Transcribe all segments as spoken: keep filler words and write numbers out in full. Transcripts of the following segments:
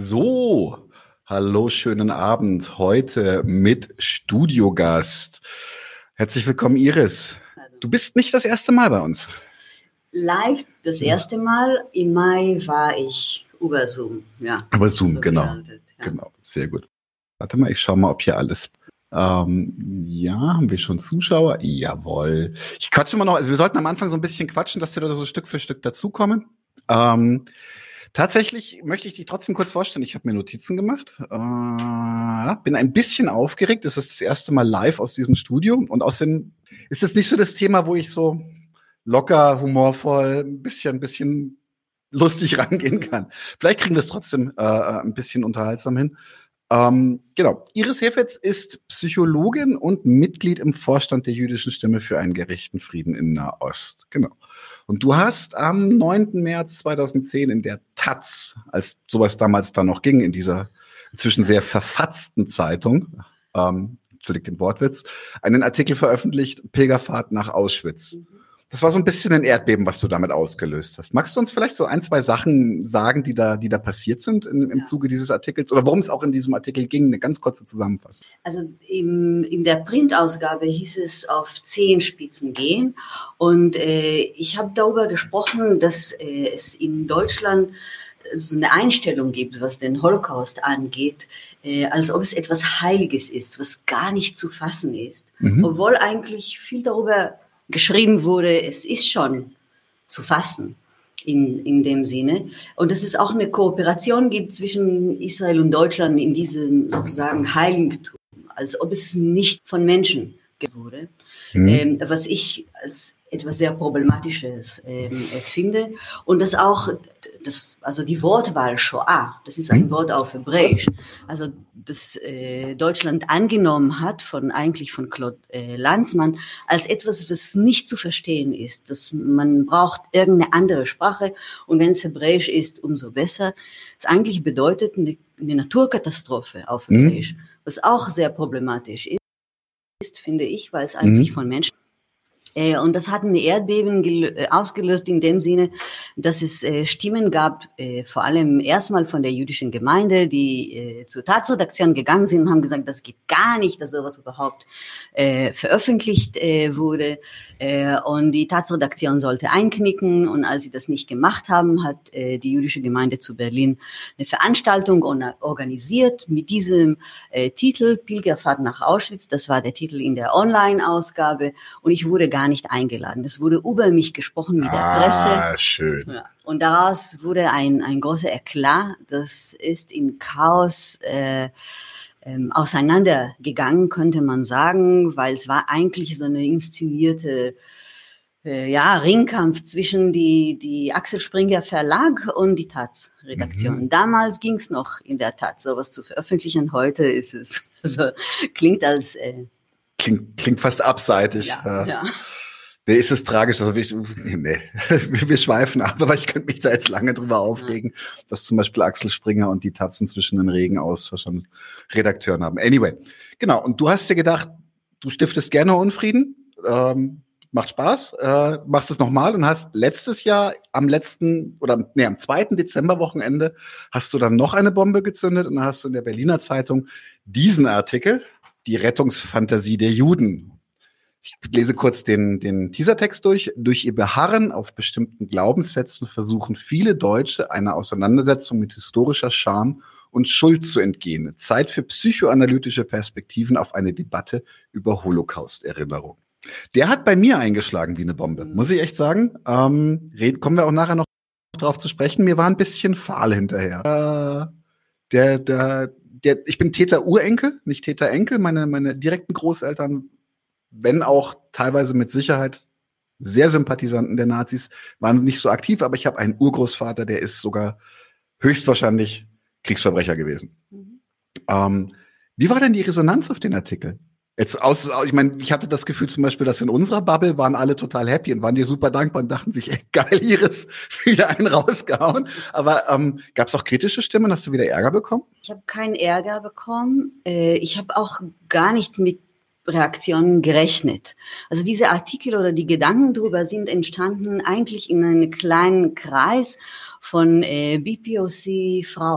So, hallo, schönen Abend. Heute mit Studiogast. Herzlich willkommen, Iris. Du bist nicht das erste Mal bei uns. Live das erste Mal. Im Mai war ich über Zoom. Ja, über Zoom, so genau. gelandet, ja. Genau, sehr gut. Warte mal, ich schau mal, ob hier alles... Ähm, ja, haben wir schon Zuschauer? Jawohl. Ich quatsche mal noch, also wir sollten am Anfang so ein bisschen quatschen, dass wir da so Stück für Stück dazukommen. Ähm, tatsächlich möchte ich dich trotzdem kurz vorstellen. Ich habe mir Notizen gemacht, äh, bin ein bisschen aufgeregt. Das ist das erste Mal live aus diesem Studio und außerdem ist es nicht so das Thema, wo ich so locker, humorvoll, ein bisschen, ein bisschen lustig rangehen kann. Vielleicht kriegen wir es trotzdem äh, ein bisschen unterhaltsam hin. Ähm, genau. Iris Hefetz ist Psychologin und Mitglied im Vorstand der Jüdischen Stimme für einen gerechten Frieden in Nahost. Genau. Und du hast am neunten März zweitausendzehn in der Taz, als sowas damals dann noch ging, in dieser inzwischen sehr verfatzten Zeitung, ähm, entschuldigt den Wortwitz, einen Artikel veröffentlicht, Pilgerfahrt nach Auschwitz. Das war so ein bisschen ein Erdbeben, was du damit ausgelöst hast. Magst du uns vielleicht so ein, zwei Sachen sagen, die da, die da passiert sind in, im Ja. Zuge dieses Artikels oder worum es auch in diesem Artikel ging? Eine ganz kurze Zusammenfassung. Also im, in der Printausgabe hieß es auf Zehenspitzen gehen und äh, ich habe darüber gesprochen, dass äh, es in Deutschland so eine Einstellung gibt, was den Holocaust angeht, äh, als ob es etwas Heiliges ist, was gar nicht zu fassen ist, mhm. obwohl eigentlich viel darüber geschrieben wurde, es ist schon zu fassen in, in dem Sinne. Und dass es auch eine Kooperation gibt zwischen Israel und Deutschland in diesem sozusagen Heiligtum, als ob es nicht von Menschen wurde, mhm. ähm, was ich als etwas sehr Problematisches ähm, finde. Und das auch, das, also die Wortwahl Shoah, das ist ein mhm. Wort auf Hebräisch, also das äh, Deutschland angenommen hat, von eigentlich von Claude äh, Lanzmann, als etwas, was nicht zu verstehen ist. Dass man braucht irgendeine andere Sprache und wenn es Hebräisch ist, umso besser. Es eigentlich bedeutet eine, eine Naturkatastrophe auf Hebräisch, mhm. was auch sehr problematisch ist. Ist, finde ich, weil es eigentlich mhm. von Menschen äh, und das hat ein Erdbeben gel- ausgelöst in dem Sinne, dass es äh, Stimmen gab, äh, vor allem erstmal von der jüdischen Gemeinde, die äh, zur Taz-Redaktion gegangen sind und haben gesagt, das geht gar nicht, dass sowas überhaupt äh, veröffentlicht äh, wurde äh, und die Taz-Redaktion sollte einknicken und als sie das nicht gemacht haben, hat äh, die jüdische Gemeinde zu Berlin eine Veranstaltung organisiert mit diesem äh, Titel Pilgerfahrt nach Auschwitz, das war der Titel in der Online-Ausgabe und ich wurde gar nicht eingeladen. Es wurde über mich gesprochen mit der Presse. Ah, schön. Ja. Und daraus wurde ein, ein großer Eklat. Das ist in Chaos äh, ähm, auseinandergegangen, könnte man sagen, weil es war eigentlich so eine inszenierte äh, ja, Ringkampf zwischen die, die Axel Springer Verlag und die Taz-Redaktion. Mhm. Damals ging es noch in der Taz, sowas zu veröffentlichen. Heute ist es, also klingt als... Äh, Klingt, klingt fast abseitig. Ja, ja. Nee, ist es tragisch. Also wir, nee, wir, wir schweifen ab, aber ich könnte mich da jetzt lange drüber aufregen, ja. dass zum Beispiel Axel Springer und die Tatzen zwischen den Regen aus schon Redakteuren haben. Anyway, genau. Und du hast dir gedacht, du stiftest gerne Unfrieden, ähm, macht Spaß, äh, machst es nochmal und hast letztes Jahr am letzten oder nee, am zweiten Dezemberwochenende hast du dann noch eine Bombe gezündet und dann hast du in der Berliner Zeitung diesen Artikel, die Rettungsfantasie der Juden. Ich lese kurz den, den Teasertext durch. Durch ihr Beharren auf bestimmten Glaubenssätzen versuchen viele Deutsche einer Auseinandersetzung mit historischer Scham und Schuld zu entgehen. Zeit für psychoanalytische Perspektiven auf eine Debatte über Holocaust-Erinnerung. Der hat bei mir eingeschlagen wie eine Bombe, muss ich echt sagen. Ähm, reden, kommen wir auch nachher noch drauf zu sprechen. Mir war ein bisschen fahl hinterher. Äh, der, der, der, ich bin Täter-Urenkel, nicht Täter-Enkel. Meine, meine direkten Großeltern, wenn auch teilweise mit Sicherheit sehr Sympathisanten der Nazis, waren nicht so aktiv, aber ich habe einen Urgroßvater, der ist sogar höchstwahrscheinlich Kriegsverbrecher gewesen. Mhm. Ähm, wie war denn die Resonanz auf den Artikel? Jetzt aus, ich meine, ich hatte das Gefühl zum Beispiel, dass in unserer Bubble waren alle total happy und waren dir super dankbar und dachten sich, ey, geil, Iris, wieder einen rausgehauen. Aber ähm, gab es auch kritische Stimmen? Hast du wieder Ärger bekommen? Ich habe keinen Ärger bekommen. Äh, ich habe auch gar nicht mit Reaktionen gerechnet. Also diese Artikel oder die Gedanken darüber sind entstanden eigentlich in einem kleinen Kreis von äh, B P O C-Frauen.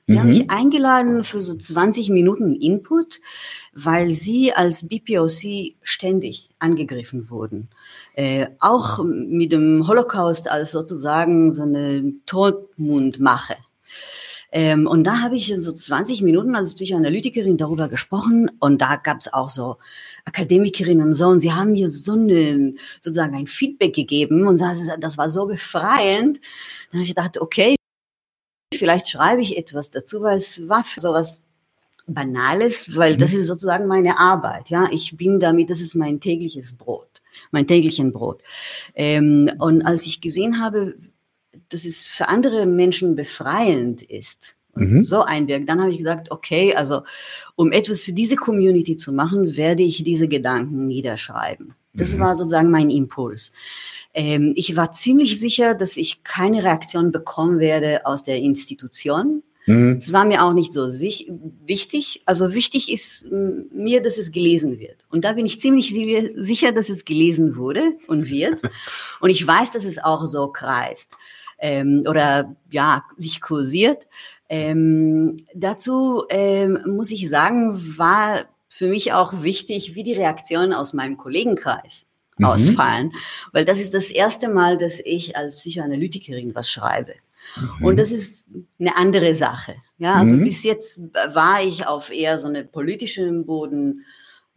Sie Mhm. haben mich eingeladen für so zwanzig Minuten Input, weil Sie als B P O C ständig angegriffen wurden. Äh, auch mit dem Holocaust als sozusagen so eine Todmundmache. Ähm, und da habe ich so zwanzig Minuten als Psychoanalytikerin darüber gesprochen und da gab es auch so Akademikerinnen und so und sie haben mir so eine, sozusagen ein Feedback gegeben und das, das war so befreiend. Dann habe ich gedacht, okay, vielleicht schreibe ich etwas dazu, weil es war für sowas Banales, weil das ist sozusagen meine Arbeit. Ja, ich bin damit, das ist mein tägliches Brot, mein täglichen Brot. Ähm, und als ich gesehen habe, dass es für andere Menschen befreiend ist und Mhm. so einwirkt, dann habe ich gesagt, okay, also um etwas für diese Community zu machen, werde ich diese Gedanken niederschreiben. Das Mhm. war sozusagen mein Impuls. Ähm, ich war ziemlich sicher, dass ich keine Reaktion bekommen werde aus der Institution. Mhm. Es war mir auch nicht so sich, wichtig. Also wichtig ist m, mir, dass es gelesen wird. Und da bin ich ziemlich si- sicher, dass es gelesen wurde und wird. Und ich weiß, dass es auch so kreist ähm, oder ja sich kursiert. Ähm, dazu ähm, muss ich sagen, war für mich auch wichtig, wie die Reaktionen aus meinem Kollegenkreis Mhm. ausfallen, weil das ist das erste Mal, dass ich als Psychoanalytikerin was schreibe. Mhm. Und das ist eine andere Sache. Ja, also Mhm. bis jetzt war ich auf eher so eine politischen Boden,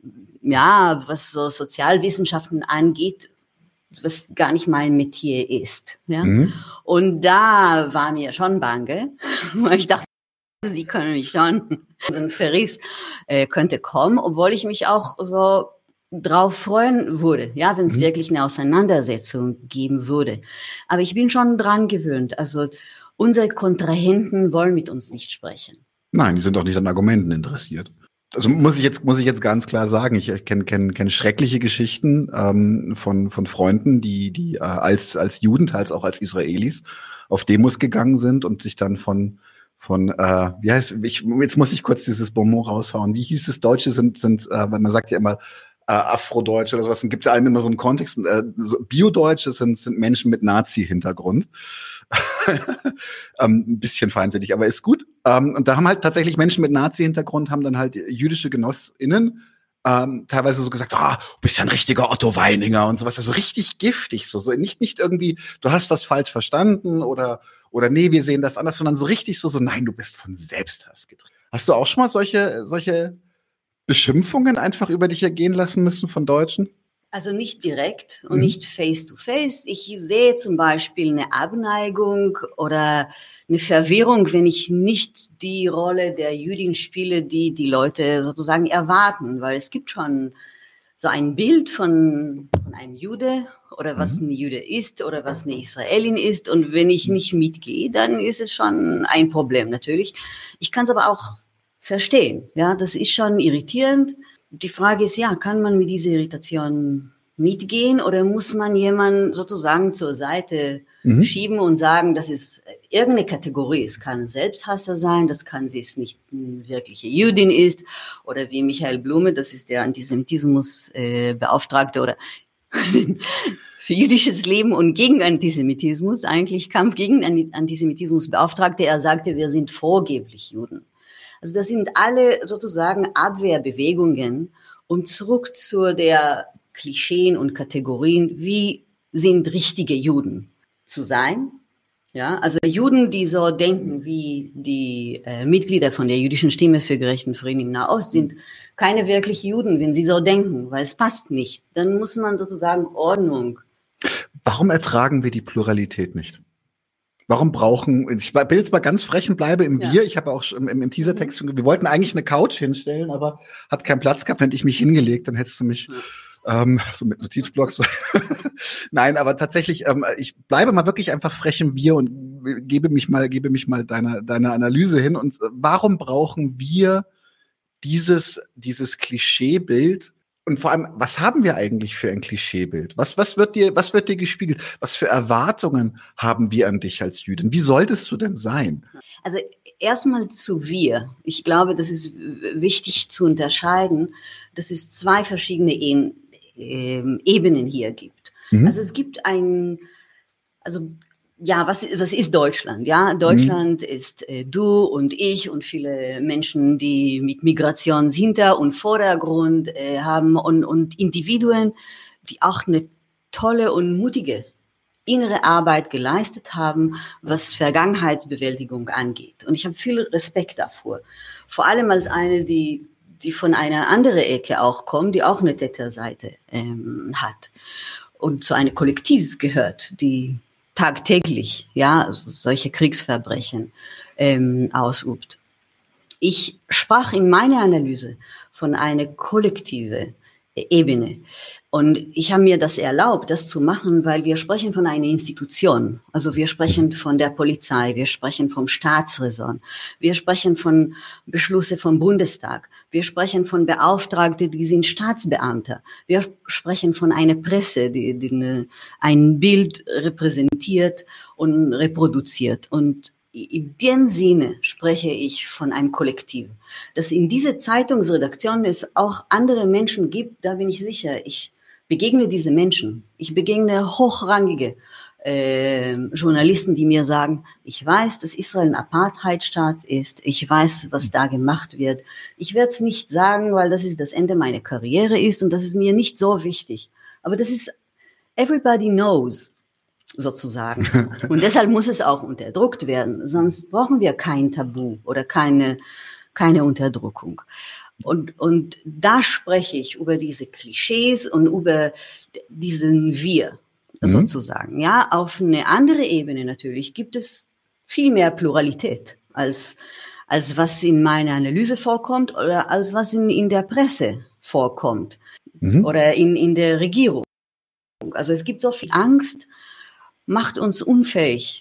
ja, was so Sozialwissenschaften angeht, was gar nicht mein Metier ist. Ja, Mhm. und da war mir schon bange, weil ich dachte, sie können mich schon, so ein Verriss äh, könnte kommen, obwohl ich mich auch so drauf freuen würde, ja, wenn es Mhm. wirklich eine Auseinandersetzung geben würde. Aber ich bin schon dran gewöhnt. Also unsere Kontrahenten wollen mit uns nicht sprechen. Nein, die sind auch nicht an Argumenten interessiert. Also muss ich jetzt muss ich jetzt ganz klar sagen, ich kenne kenn, kenn schreckliche Geschichten ähm, von von Freunden, die die äh, als als Juden, teils auch als Israelis auf Demos gegangen sind und sich dann von von äh, wie heißt ich jetzt muss ich kurz dieses Bonmot raushauen. Wie hieß es? Deutsche sind sind äh, man sagt ja immer äh, Afrodeutsche oder sowas. Dann gibt es allen immer so einen Kontext. Äh, so Biodeutsche sind sind Menschen mit Nazi-Hintergrund. ähm, ein bisschen feindselig, aber ist gut. Ähm, und da haben halt tatsächlich Menschen mit Nazi-Hintergrund haben dann halt jüdische GenossInnen ähm, teilweise so gesagt, ah, du bist ja ein richtiger Otto Weininger und sowas, also richtig giftig, so, so nicht nicht irgendwie, du hast das falsch verstanden oder oder nee, wir sehen das anders, sondern so richtig so so, nein, du bist von Selbsthass getrieben. Hast du auch schon mal solche solche Beschimpfungen einfach über dich ergehen lassen müssen von Deutschen? Also nicht direkt und Mhm. nicht face to face. Ich sehe zum Beispiel eine Abneigung oder eine Verwirrung, wenn ich nicht die Rolle der Jüdin spiele, die die Leute sozusagen erwarten, weil es gibt schon so ein Bild von, von einem Jude oder was Mhm. ein Jude ist oder was eine Israelin ist. Und wenn ich nicht mitgehe, dann ist es schon ein Problem natürlich. Ich kann es aber auch verstehen. Ja, das ist schon irritierend. Die Frage ist, ja, kann man mit dieser Irritation mitgehen oder muss man jemanden sozusagen zur Seite Mhm. schieben und sagen, das ist irgendeine Kategorie. Es kann ein Selbsthasser sein, das kann sie es nicht eine wirkliche Jüdin ist oder wie Michael Blume, das ist der Antisemitismusbeauftragte äh, oder für jüdisches Leben und gegen Antisemitismus, eigentlich Kampf gegen Antisemitismusbeauftragte. Er sagte, wir sind vorgeblich Juden. Also das sind alle sozusagen Abwehrbewegungen, um zurück zu der Klischeen und Kategorien, wie sind richtige Juden zu sein. Ja, also Juden, die so denken wie die äh, Mitglieder von der jüdischen Stimme für gerechten Frieden im Nahost, sind keine wirklich Juden, wenn sie so denken, weil es passt nicht. Dann muss man sozusagen Ordnung. Warum ertragen wir die Pluralität nicht? Warum brauchen, ich bin jetzt mal ganz frech und bleibe im Ja. Wir, ich habe auch schon im, im Teasertext schon, wir wollten eigentlich eine Couch hinstellen, aber hat keinen Platz gehabt, dann hätte ich mich hingelegt, dann hättest du mich Ja. ähm, so mit Notizblocks. So. Nein, aber tatsächlich, ähm, ich bleibe mal wirklich einfach frech im Wir und gebe mich mal, gebe mich mal deiner deiner Analyse hin. Und warum brauchen wir dieses dieses Klischeebild? Und vor allem, was haben wir eigentlich für ein Klischeebild? Was, was wird dir, was wird dir gespiegelt? Was für Erwartungen haben wir an dich als Jüdin? Wie solltest du denn sein? Also erstmal zu wir. Ich glaube, das ist wichtig zu unterscheiden, dass es zwei verschiedene Ebenen hier gibt. Mhm. Also es gibt ein, also ja, was, was ist Deutschland? Ja, Deutschland mhm. ist äh, du und ich und viele Menschen, die mit Migrationshinter- und Vordergrund äh, haben und, und Individuen, die auch eine tolle und mutige innere Arbeit geleistet haben, was Vergangenheitsbewältigung angeht. Und ich habe viel Respekt davor. Vor allem als eine, die, die von einer anderen Ecke auch kommt, die auch eine Täterseite ähm, hat und zu einem Kollektiv gehört, die tagtäglich, ja, also solche Kriegsverbrechen ähm, ausübt. Ich sprach in meiner Analyse von einer kollektiven Ebene. Und ich habe mir das erlaubt, das zu machen, weil wir sprechen von einer Institution. Also wir sprechen von der Polizei, wir sprechen vom Staatsräson, wir sprechen von Beschlüsse vom Bundestag, wir sprechen von Beauftragten, die sind Staatsbeamte, wir sprechen von einer Presse, die, die eine, ein Bild repräsentiert und reproduziert. Und in dem Sinne spreche ich von einem Kollektiv. Dass in dieser Zeitungsredaktion es auch andere Menschen gibt, da bin ich sicher. Ich begegne diese Menschen. Ich begegne hochrangige äh, Journalisten, die mir sagen, ich weiß, dass Israel ein Apartheidstaat ist. Ich weiß, was da gemacht wird. Ich werde es nicht sagen, weil das ist das Ende meiner Karriere ist und das ist mir nicht so wichtig. Aber das ist, everybody knows, sozusagen. Und deshalb muss es auch unterdrückt werden. Sonst brauchen wir kein Tabu oder keine, keine Unterdrückung. Und, und da spreche ich über diese Klischees und über diesen Wir, mhm. sozusagen. Ja, auf eine andere Ebene natürlich gibt es viel mehr Pluralität als, als was in meiner Analyse vorkommt oder als was in, in der Presse vorkommt, mhm. oder in, in der Regierung. Also es gibt so viel Angst, macht uns unfähig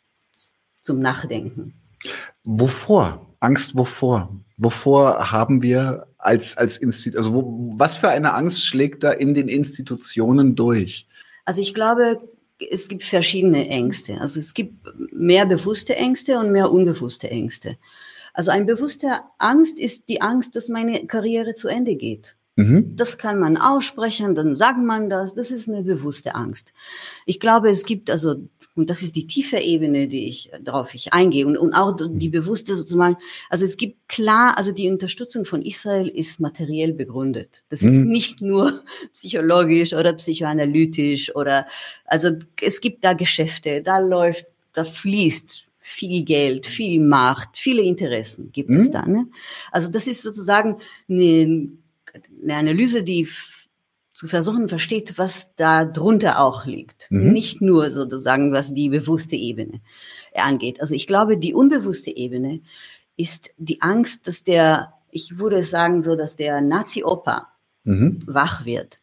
zum Nachdenken. Wovor? Angst wovor? Wovor haben wir als, als Institut, also wo, was für eine Angst schlägt da in den Institutionen durch? Also ich glaube, es gibt verschiedene Ängste. Also es gibt mehr bewusste Ängste und mehr unbewusste Ängste. Also eine bewusste Angst ist die Angst, dass meine Karriere zu Ende geht. Mhm. Das kann man aussprechen, dann sagt man das. Das ist eine bewusste Angst. Ich glaube, es gibt also, und das ist die tiefe Ebene, die ich, darauf ich eingehe, und, und auch die bewusste sozusagen, also es gibt klar, also die Unterstützung von Israel ist materiell begründet. Das mhm. ist nicht nur psychologisch oder psychoanalytisch oder, also es gibt da Geschäfte, da läuft, da fließt viel Geld, viel Macht, viele Interessen gibt mhm. es da, ne? Also das ist sozusagen eine, eine Analyse, die f- zu versuchen versteht, was da drunter auch liegt. Mhm. Nicht nur sozusagen, was die bewusste Ebene angeht. Also ich glaube, die unbewusste Ebene ist die Angst, dass der, ich würde sagen so, dass der Nazi-Opa mhm. wach wird.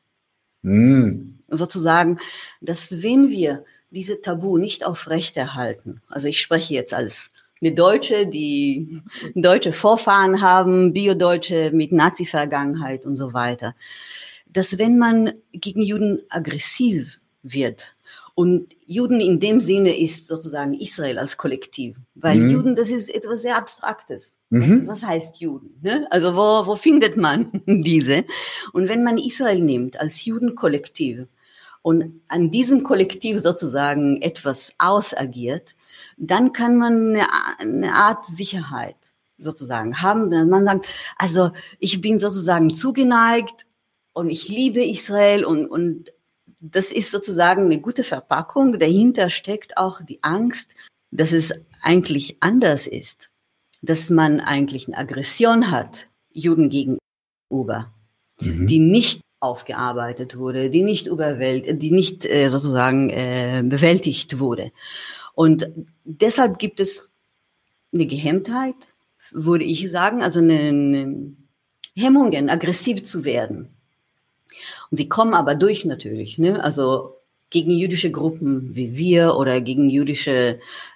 Mhm. Sozusagen, dass wenn wir diese Tabu nicht aufrechterhalten, also ich spreche jetzt als eine Deutsche, die deutsche Vorfahren haben, Bio-Deutsche mit Nazi-Vergangenheit und so weiter, dass wenn man gegen Juden aggressiv wird, und Juden in dem Sinne ist sozusagen Israel als Kollektiv, weil mhm. Juden, das ist etwas sehr Abstraktes. Mhm. Was, was heißt Juden? Ne? Also wo, wo findet man diese? Und wenn man Israel nimmt als Judenkollektiv und an diesem Kollektiv sozusagen etwas ausagiert, dann kann man eine, eine Art Sicherheit sozusagen haben. Wenn man sagt, also ich bin sozusagen zugeneigt und ich liebe Israel und, und das ist sozusagen eine gute Verpackung. Dahinter steckt auch die Angst, dass es eigentlich anders ist, dass man eigentlich eine Aggression hat Juden gegenüber, mhm. die nicht aufgearbeitet wurde, die nicht überwältigt, die nicht äh, sozusagen äh, bewältigt wurde. Und deshalb gibt es eine Gehemmtheit, würde ich sagen, also eine, eine Hemmungen, aggressiv zu werden. Und sie kommen aber durch natürlich, ne? Also gegen jüdische Gruppen wie wir oder gegen jüdische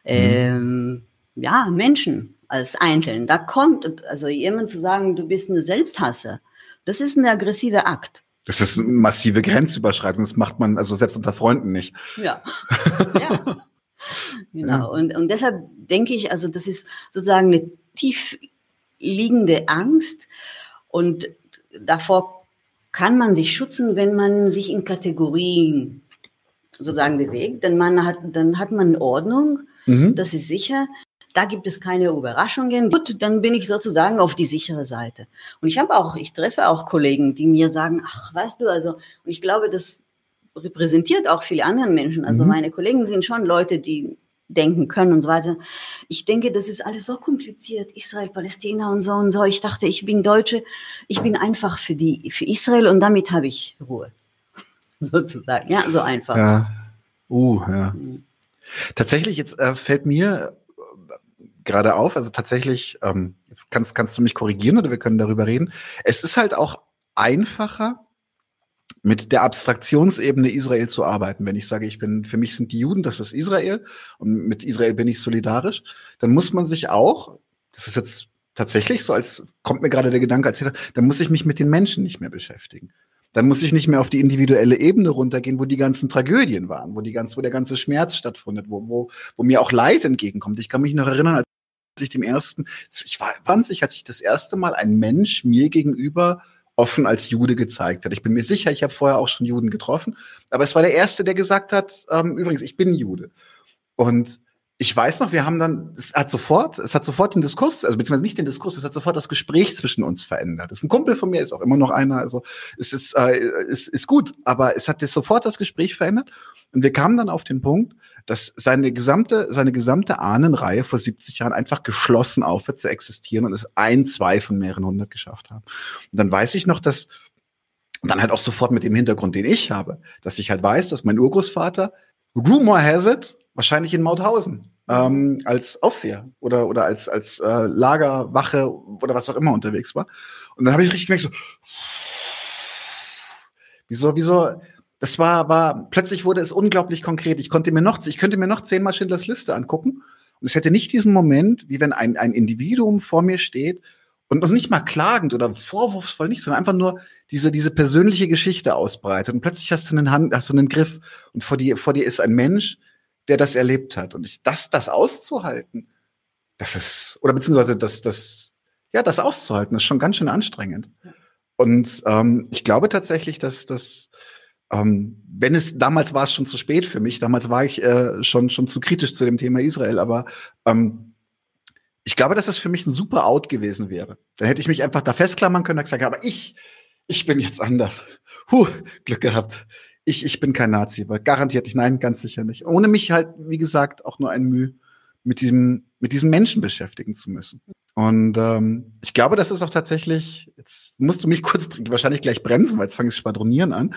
ähm, mhm. ja, Menschen als Einzelnen. Da kommt, also jemand zu sagen, du bist ein Selbsthasser, das ist ein aggressiver Akt. Das ist eine massive Grenzüberschreitung. Das macht man also selbst unter Freunden nicht. Ja, ja. Genau. Ja. Und, und deshalb denke ich, also das ist sozusagen eine tief liegende Angst. Und davor kann man sich schützen, wenn man sich in Kategorien sozusagen bewegt, dann, man hat, dann hat man Ordnung, mhm. das ist sicher. Da gibt es keine Überraschungen. Gut, dann bin ich sozusagen auf die sichere Seite. Und ich habe auch, ich treffe auch Kollegen, die mir sagen, ach, weißt du, also, und ich glaube, das repräsentiert auch viele andere Menschen. Also mhm. meine Kollegen sind schon Leute, die denken können und so weiter. Ich denke, das ist alles so kompliziert, Israel, Palästina und so und so. Ich dachte, ich bin Deutsche, ich bin einfach für die, für Israel und damit habe ich Ruhe. Sozusagen, ja, so einfach. Ja, uh, ja. Mhm. Tatsächlich, jetzt äh, fällt mir gerade auf, also tatsächlich, ähm, jetzt kannst, kannst du mich korrigieren oder wir können darüber reden. Es ist halt auch einfacher, mit der Abstraktionsebene Israel zu arbeiten. Wenn ich sage, ich bin, für mich sind die Juden, das ist Israel und mit Israel bin ich solidarisch, dann muss man sich auch, das ist jetzt tatsächlich so, als kommt mir gerade der Gedanke, als dann muss ich mich mit den Menschen nicht mehr beschäftigen. Dann muss ich nicht mehr auf die individuelle Ebene runtergehen, wo die ganzen Tragödien waren, wo die ganz, wo der ganze Schmerz stattfindet, wo, wo, wo mir auch Leid entgegenkommt. Ich kann mich noch erinnern, als ich dem ersten, ich war zwanzig, als ich das erste Mal ein Mensch mir gegenüber offen als Jude gezeigt hat. Ich bin mir sicher, ich habe vorher auch schon Juden getroffen, aber es war der Erste, der gesagt hat, ähm, übrigens, ich bin Jude. Und ich weiß noch, wir haben dann, es hat sofort, es hat sofort den Diskurs, also beziehungsweise nicht den Diskurs, es hat sofort das Gespräch zwischen uns verändert. Das ist ein Kumpel von mir, ist auch immer noch einer, also es ist, äh, es ist gut, aber es hat das sofort das Gespräch verändert. Und wir kamen dann auf den Punkt, dass seine gesamte, seine gesamte Ahnenreihe vor siebzig Jahren einfach geschlossen aufhört zu existieren und es ein, zwei von mehreren hundert geschafft haben. Und dann weiß ich noch, dass, dann halt auch sofort mit dem Hintergrund, den ich habe, dass ich halt weiß, dass mein Urgroßvater, rumor has it, wahrscheinlich in Mauthausen, ähm, als Aufseher oder, oder als, als äh, Lagerwache oder was auch immer unterwegs war. Und dann habe ich richtig gemerkt, so, wieso, wieso, das war, war, plötzlich wurde es unglaublich konkret. Ich konnte mir noch, ich könnte mir noch zehnmal Schindlers Liste angucken und es hätte nicht diesen Moment, wie wenn ein, ein Individuum vor mir steht und noch nicht mal klagend oder vorwurfsvoll nicht, sondern einfach nur diese, diese persönliche Geschichte ausbreitet und plötzlich hast du einen Hand, hast du einen Griff und vor dir, vor dir ist ein Mensch, der das erlebt hat. Und ich, das, das auszuhalten, das ist, oder beziehungsweise das, das, ja, das auszuhalten, ist schon ganz schön anstrengend. Ja. Und ähm, ich glaube tatsächlich, dass das, ähm, wenn es, damals war es schon zu spät für mich, damals war ich äh, schon, schon zu kritisch zu dem Thema Israel, aber ähm, ich glaube, dass das für mich ein super Out gewesen wäre. Dann hätte ich mich einfach da festklammern können und gesagt, aber ich, ich bin jetzt anders. Huh, Glück gehabt. Ich, ich bin kein Nazi, weil garantiert nicht, nein, ganz sicher nicht. Ohne mich halt, wie gesagt, auch nur ein Mühe mit diesem, mit diesem Menschen beschäftigen zu müssen. Und ähm, ich glaube, das ist auch tatsächlich, jetzt musst du mich kurz wahrscheinlich gleich bremsen, weil jetzt fange ich Schwadronieren an.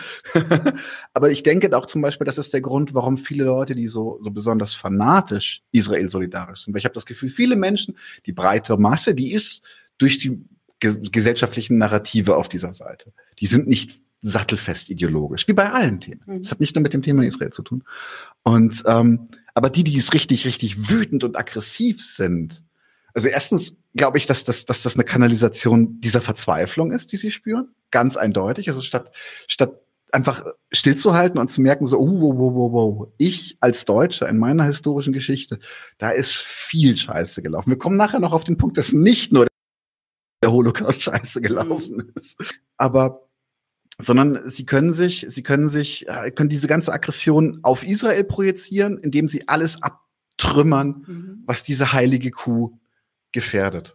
Aber ich denke auch zum Beispiel, das ist der Grund, warum viele Leute, die so, so besonders fanatisch Israel solidarisch sind. Weil ich habe das Gefühl, viele Menschen, die breite Masse, die ist durch die ge- gesellschaftlichen Narrative auf dieser Seite. Die sind nicht sattelfest ideologisch, wie bei allen Themen. Das mhm. hat nicht nur mit dem Thema Israel zu tun. Und ähm, aber die, die es richtig, richtig wütend und aggressiv sind, also erstens glaube ich, dass das, dass das eine Kanalisation dieser Verzweiflung ist, die sie spüren, ganz eindeutig. Also statt statt einfach stillzuhalten und zu merken, so, oh, wow, wow, wow, wow, ich als Deutscher in meiner historischen Geschichte, da ist viel Scheiße gelaufen. Wir kommen nachher noch auf den Punkt, dass nicht nur der Holocaust Scheiße gelaufen mhm. ist, aber sondern sie können sich, sie können sich, können diese ganze Aggression auf Israel projizieren, indem sie alles abtrümmern, mhm. was diese heilige Kuh gefährdet.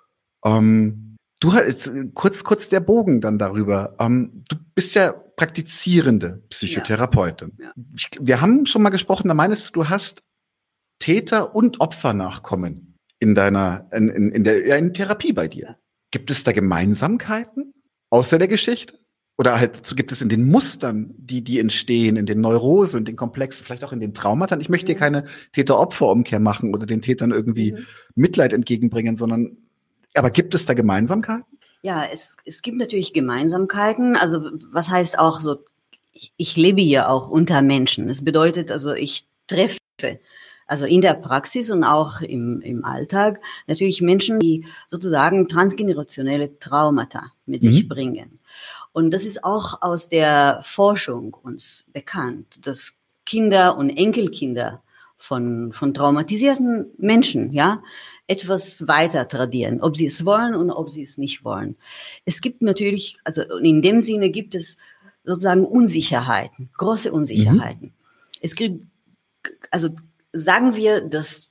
Ähm, du hast kurz, kurz der Bogen dann darüber. Ähm, du bist ja praktizierende Psychotherapeutin. Ja. Ja. Ich, wir haben schon mal gesprochen, da meinst du, du hast Täter- und Opfernachkommen in deiner, in, in, in der, ja, in Therapie bei dir. Ja. Gibt es da Gemeinsamkeiten außer der Geschichte? Oder halt so gibt es in den Mustern, die die entstehen, in den Neurosen, in den Komplexen, vielleicht auch in den Traumata. Ich möchte hier keine Täter-Opfer-Umkehr machen oder den Tätern irgendwie mhm. Mitleid entgegenbringen, sondern, aber gibt es da Gemeinsamkeiten? Ja, es, es gibt natürlich Gemeinsamkeiten. Also was heißt auch so, ich, ich lebe ja auch unter Menschen. Es bedeutet also, ich treffe also in der Praxis und auch im, im Alltag natürlich Menschen, die sozusagen transgenerationelle Traumata mit mhm. sich bringen. Und das ist auch aus der Forschung uns bekannt, dass Kinder und Enkelkinder von, von traumatisierten Menschen, ja, etwas weiter tradieren, ob sie es wollen und ob sie es nicht wollen. Es gibt natürlich, also in dem Sinne gibt es sozusagen Unsicherheiten, große Unsicherheiten. Mhm. es gibt, also sagen wir, dass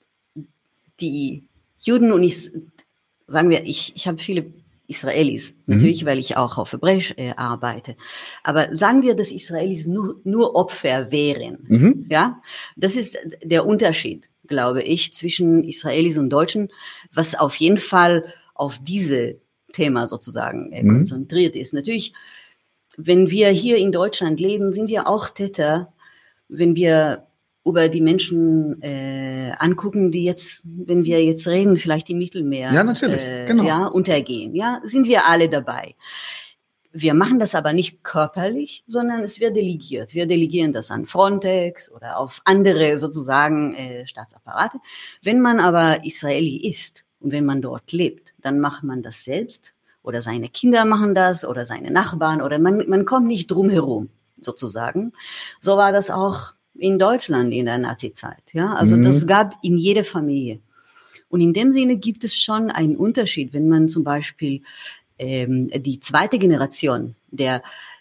die Juden und ich, sagen wir, ich, ich habe viele Israelis, natürlich, mhm. weil ich auch auf Hebräisch äh, arbeite. Aber sagen wir, dass Israelis nur, nur Opfer wären. Mhm. Ja, das ist der Unterschied, glaube ich, zwischen Israelis und Deutschen, was auf jeden Fall auf diese Thema sozusagen äh, mhm. konzentriert ist. Natürlich, wenn wir hier in Deutschland leben, sind wir auch Täter, wenn wir über die Menschen äh, angucken, die jetzt, wenn wir jetzt reden, vielleicht im Mittelmeer ja, natürlich. Äh, genau. ja, untergehen. Ja, sind wir alle dabei. Wir machen das aber nicht körperlich, sondern es wird delegiert. Wir delegieren das an Frontex oder auf andere sozusagen äh, Staatsapparate. Wenn man aber Israeli ist und wenn man dort lebt, dann macht man das selbst oder seine Kinder machen das oder seine Nachbarn oder man, man kommt nicht drum herum sozusagen. So war das auch in Deutschland in der Nazizeit. Ja, also mhm. das gab in jeder Familie. Und in dem Sinne gibt es schon einen Unterschied, wenn man zum Beispiel ähm, die zweite Generation der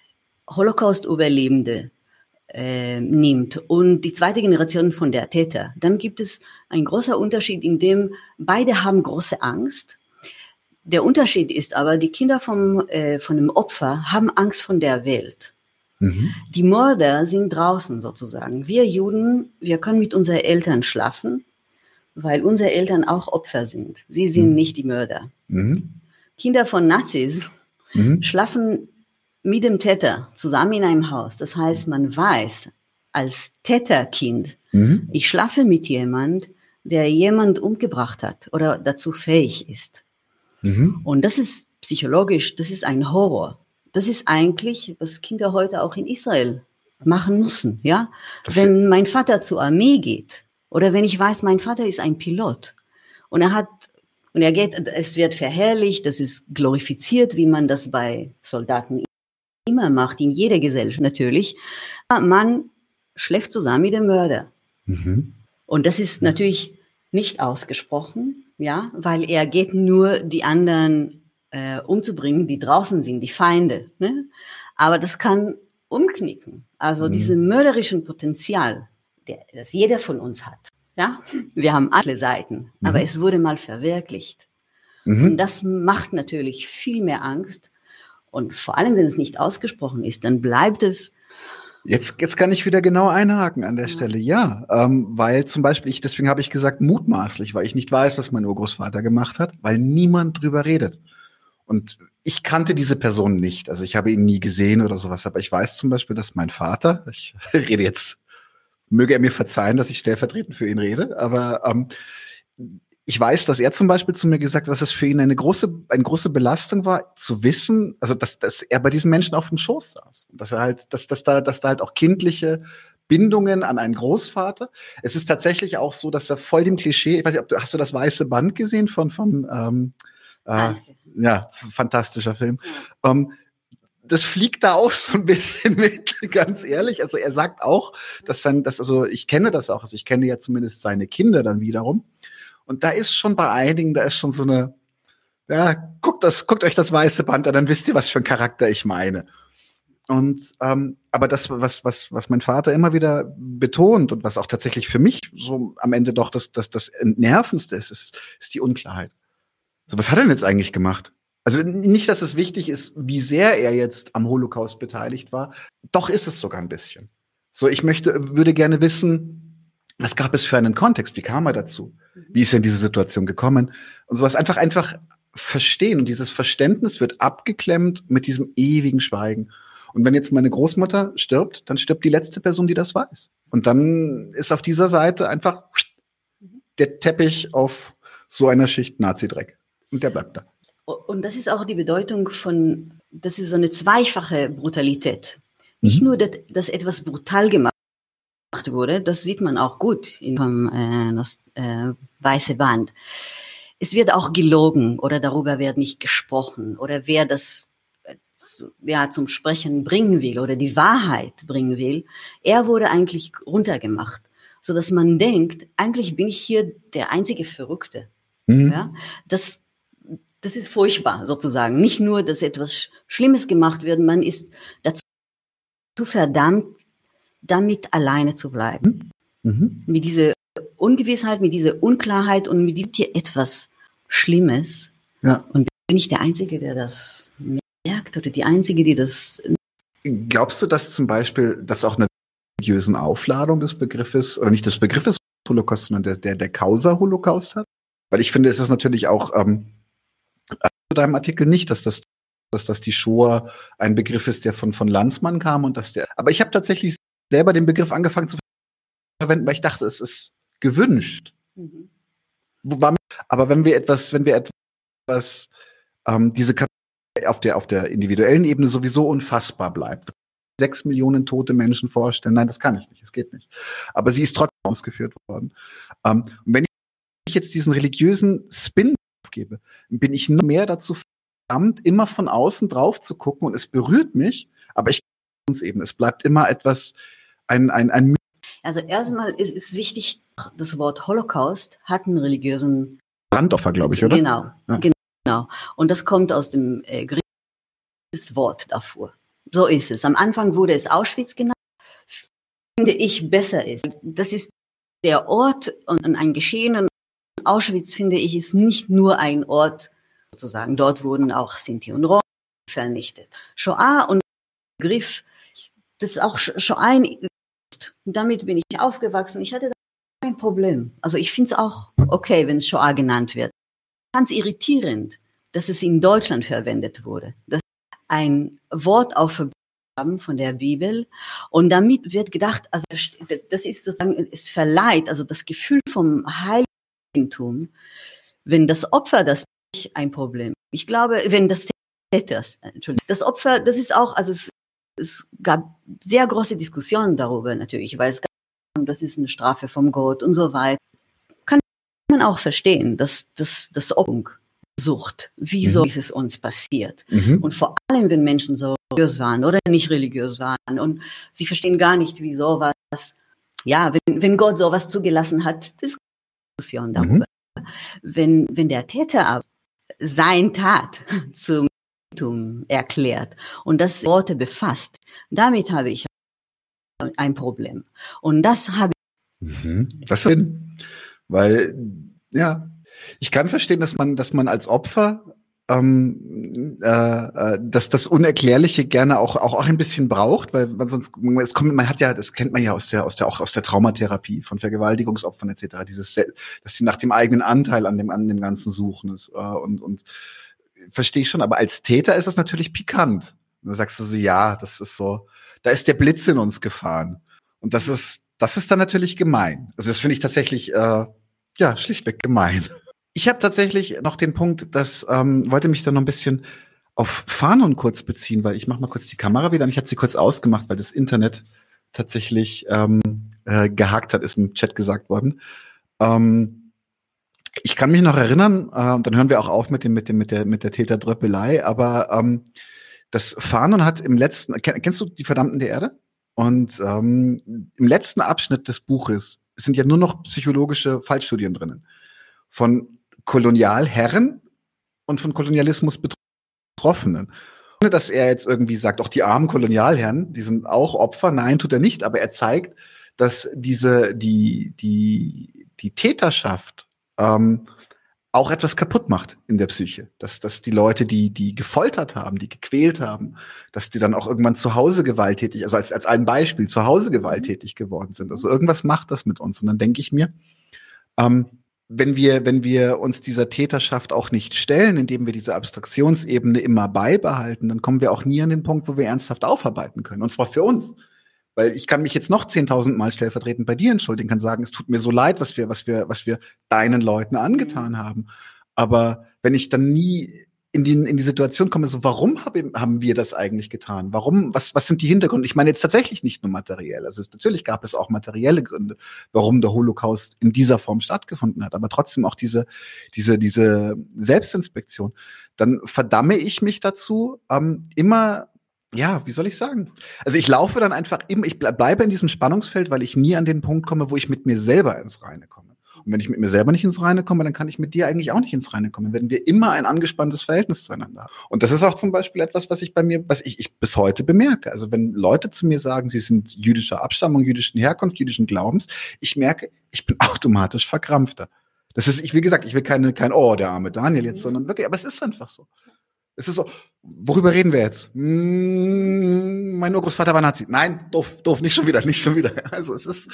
Holocaust-Überlebende äh, nimmt und die zweite Generation von der Täter, dann gibt es einen großen Unterschied, in dem beide haben große Angst. Der Unterschied ist aber, die Kinder vom, äh, von dem Opfer haben Angst von der Welt. Mhm. Die Mörder sind draußen sozusagen. Wir Juden, wir können mit unseren Eltern schlafen, weil unsere Eltern auch Opfer sind. Sie sind mhm. nicht die Mörder. Mhm. Kinder von Nazis mhm. schlafen mit dem Täter zusammen in einem Haus. Das heißt, man weiß als Täterkind, mhm. ich schlafe mit jemand, der jemand umgebracht hat oder dazu fähig ist. Mhm. Und das ist psychologisch, das ist ein Horror. Das ist eigentlich, was Kinder heute auch in Israel machen müssen, ja. Das wenn mein Vater zur Armee geht oder wenn ich weiß, mein Vater ist ein Pilot und er hat, und er geht, es wird verherrlicht, das ist glorifiziert, wie man das bei Soldaten immer macht, in jeder Gesellschaft natürlich. Man schläft zusammen mit dem Mörder. Mhm. Und das ist natürlich nicht ausgesprochen, ja, weil er geht nur die anderen Äh, umzubringen, die draußen sind, die Feinde. Ne? Aber das kann umknicken. Also mhm. dieses mörderischen Potenzial, der, das jeder von uns hat. Ja, wir haben alle Seiten, mhm. aber es wurde mal verwirklicht. Mhm. Und das macht natürlich viel mehr Angst. Und vor allem, wenn es nicht ausgesprochen ist, dann bleibt es. Jetzt, jetzt kann ich wieder genau einhaken an der ja. Stelle. Ja, ähm, weil zum Beispiel ich, deswegen habe ich gesagt mutmaßlich, weil ich nicht weiß, was mein Urgroßvater gemacht hat, weil niemand drüber redet. Und ich kannte diese Person nicht, also ich habe ihn nie gesehen oder sowas, aber ich weiß zum Beispiel, dass mein Vater, ich rede jetzt, möge er mir verzeihen, dass ich stellvertretend für ihn rede, aber ähm, ich weiß, dass er zum Beispiel zu mir gesagt hat, dass es für ihn eine große, eine große Belastung war, zu wissen, also dass, dass er bei diesen Menschen auf dem Schoß saß. Und dass er halt, dass, dass da, dass da halt auch kindliche Bindungen an einen Großvater. Es ist tatsächlich auch so, dass er voll dem Klischee, ich weiß nicht, ob du, hast du das Weiße Band gesehen von, von ähm, äh, ja, fantastischer Film. Ja. Um, das fliegt da auch so ein bisschen mit, ganz ehrlich. Also er sagt auch, dass sein, dass, also ich kenne das auch, also ich kenne ja zumindest seine Kinder dann wiederum. Und da ist schon bei einigen, da ist schon so eine, ja, guckt das, guckt euch das Weiße Band an, dann wisst ihr, was für ein Charakter ich meine. Und ähm, aber das, was was was mein Vater immer wieder betont und was auch tatsächlich für mich so am Ende doch das das das Nervendste ist, ist, ist die Unklarheit. So, was hat er denn jetzt eigentlich gemacht? Also nicht, dass es wichtig ist, wie sehr er jetzt am Holocaust beteiligt war. Doch ist es sogar ein bisschen. So, ich möchte, würde gerne wissen, was gab es für einen Kontext? Wie kam er dazu? Wie ist er in diese Situation gekommen? Und sowas einfach, einfach verstehen. Und dieses Verständnis wird abgeklemmt mit diesem ewigen Schweigen. Und wenn jetzt meine Großmutter stirbt, dann stirbt die letzte Person, die das weiß. Und dann ist auf dieser Seite einfach der Teppich auf so einer Schicht Nazi-Dreck. Und der bleibt da. Und das ist auch die Bedeutung von, das ist so eine zweifache Brutalität. Nicht mhm. nur, dass, dass etwas brutal gemacht wurde, das sieht man auch gut in vom, äh, das äh, Weiße Band. Es wird auch gelogen oder darüber wird nicht gesprochen oder wer das äh, zu, ja, zum Sprechen bringen will oder die Wahrheit bringen will, er wurde eigentlich runtergemacht, sodass man denkt, eigentlich bin ich hier der einzige Verrückte. Mhm. Ja, das Das ist furchtbar, sozusagen. Nicht nur, dass etwas Schlimmes gemacht wird, man ist dazu verdammt, damit alleine zu bleiben. Mhm. Mit dieser Ungewissheit, mit dieser Unklarheit und mit diesem etwas Schlimmes. Ja. Und bin ich der Einzige, der das merkt oder die Einzige, die das... Glaubst du, dass zum Beispiel, dass auch eine religiösen Aufladung des Begriffes, oder nicht des Begriffes Holocaust, sondern der, der, der Causa Holocaust hat? Weil ich finde, es ist natürlich auch ähm, zu deinem Artikel nicht, dass das, dass das die Shoah ein Begriff ist, der von, von Lanzmann kam und dass der. Aber ich habe tatsächlich selber den Begriff angefangen zu verwenden, weil ich dachte, es ist gewünscht. Mhm. Aber wenn wir etwas, wenn wir etwas, ähm, diese auf der, auf der individuellen Ebene sowieso unfassbar bleibt. Sechs Millionen tote Menschen vorstellen. Nein, das kann ich nicht. Es geht nicht. Aber sie ist trotzdem ausgeführt worden. Ähm, und wenn ich jetzt diesen religiösen Spin aufgebe, bin ich noch mehr dazu verdammt, immer von außen drauf zu gucken und es berührt mich, aber ich kann es eben. Es bleibt immer etwas, ein, ein, ein. Also erstmal ist es wichtig, das Wort Holocaust hat einen religiösen Brandopfer, glaube ich, oder? Genau, ja. Genau. Und das kommt aus dem äh, griechischen Wort davor. So ist es. Am Anfang wurde es Auschwitz genannt. Finde ich besser ist. Das ist der Ort und ein Geschehen. Und Auschwitz, finde ich, ist nicht nur ein Ort, sozusagen. Dort wurden auch Sinti und Roma vernichtet. Shoah und Begriff, das ist auch Shoah. Damit bin ich aufgewachsen. Ich hatte da kein Problem. Also ich finde es auch okay, wenn es Shoah genannt wird. Ganz irritierend, dass es in Deutschland verwendet wurde. Das ist ein Wort aufgehoben von der Bibel und damit wird gedacht, also das ist sozusagen, es verleiht, also das Gefühl vom Heiligtum, wenn das Opfer, das ist ein Problem. Ich glaube, wenn das Täter, Entschuldigung, das Opfer, das ist auch, also es, es gab sehr große Diskussionen darüber natürlich, weil es gab, das ist eine Strafe vom Gott und so weiter. Kann man auch verstehen, dass das das Opfer sucht. Wieso mhm. ist es uns passiert? Mhm. Und vor allem, wenn Menschen so religiös waren oder nicht religiös waren und sie verstehen gar nicht, wieso was, ja, wenn, wenn Gott sowas zugelassen hat, das ist eine Diskussion darüber. Mhm. Wenn, wenn der Täter aber sein Tat zum Judentum erklärt und das Worte befasst, damit habe ich ein Problem. Und das habe ich. Mhm. Das ist, weil, ja, ich kann verstehen, dass man, dass man als Opfer ähm, äh, dass das Unerklärliche gerne auch auch auch ein bisschen braucht, weil man sonst es kommt, man hat ja, das kennt man ja aus der aus der auch aus der Traumatherapie von Vergewaltigungsopfern et cetera. Dieses, dass sie nach dem eigenen Anteil an dem an dem Ganzen suchen ist, äh, und und verstehe ich schon. Aber als Täter ist es natürlich pikant. Und da sagst du so, ja, das ist so, da ist der Blitz in uns gefahren und das ist das ist dann natürlich gemein. Also das finde ich tatsächlich äh, ja schlichtweg gemein. Ich habe tatsächlich noch den Punkt, dass ähm, wollte mich da noch ein bisschen auf Fanon kurz beziehen, weil ich mache mal kurz die Kamera wieder. Und ich hatte sie kurz ausgemacht, weil das Internet tatsächlich ähm, äh, gehakt hat, ist im Chat gesagt worden. Ähm, ich kann mich noch erinnern, äh, dann hören wir auch auf mit dem mit dem mit der mit der Täterdröppelei. Aber ähm, das Fanon hat im letzten, kennst du die Verdammten der Erde? Und ähm, im letzten Abschnitt des Buches sind ja nur noch psychologische Fallstudien drinnen von Kolonialherren und von Kolonialismus Betroffenen. Ohne dass er jetzt irgendwie sagt, auch die armen Kolonialherren, die sind auch Opfer. Nein, tut er nicht, aber er zeigt, dass diese, die, die, die Täterschaft ähm, auch etwas kaputt macht in der Psyche. Dass, dass die Leute, die, die gefoltert haben, die gequält haben, dass die dann auch irgendwann zu Hause gewalttätig, also als, als ein Beispiel, zu Hause gewalttätig geworden sind. Also irgendwas macht das mit uns. Und dann denke ich mir, ähm, wenn wir, wenn wir uns dieser Täterschaft auch nicht stellen, indem wir diese Abstraktionsebene immer beibehalten, dann kommen wir auch nie an den Punkt, wo wir ernsthaft aufarbeiten können. Und zwar für uns. Weil ich kann mich jetzt noch zehntausend Mal stellvertretend bei dir entschuldigen, kann sagen, es tut mir so leid, was wir, was wir, was wir deinen Leuten angetan haben. Aber wenn ich dann nie in die, in die Situation komme, so, warum hab, haben wir das eigentlich getan? Warum, was, was sind die Hintergründe? Ich meine jetzt tatsächlich nicht nur materiell. Also es, natürlich gab es auch materielle Gründe, warum der Holocaust in dieser Form stattgefunden hat. Aber trotzdem auch diese, diese, diese Selbstinspektion. Dann verdamme ich mich dazu, ähm, immer, ja, wie soll ich sagen? Also ich laufe dann einfach immer, ich bleibe in diesem Spannungsfeld, weil ich nie an den Punkt komme, wo ich mit mir selber ins Reine komme. Und wenn ich mit mir selber nicht ins Reine komme, dann kann ich mit dir eigentlich auch nicht ins Reine kommen. Dann werden wir immer ein angespanntes Verhältnis zueinander haben. Und das ist auch zum Beispiel etwas, was ich bei mir, was ich, ich bis heute bemerke. Also wenn Leute zu mir sagen, sie sind jüdischer Abstammung, jüdischen Herkunft, jüdischen Glaubens, ich merke, ich bin automatisch verkrampfter. Das ist, ich, wie gesagt, ich will keine, kein, oh, der arme Daniel jetzt, sondern wirklich, aber es ist einfach so. Es ist so, worüber reden wir jetzt? Hm, mein Urgroßvater war Nazi. Nein, doof, doof, nicht schon wieder, nicht schon wieder. Also es ist,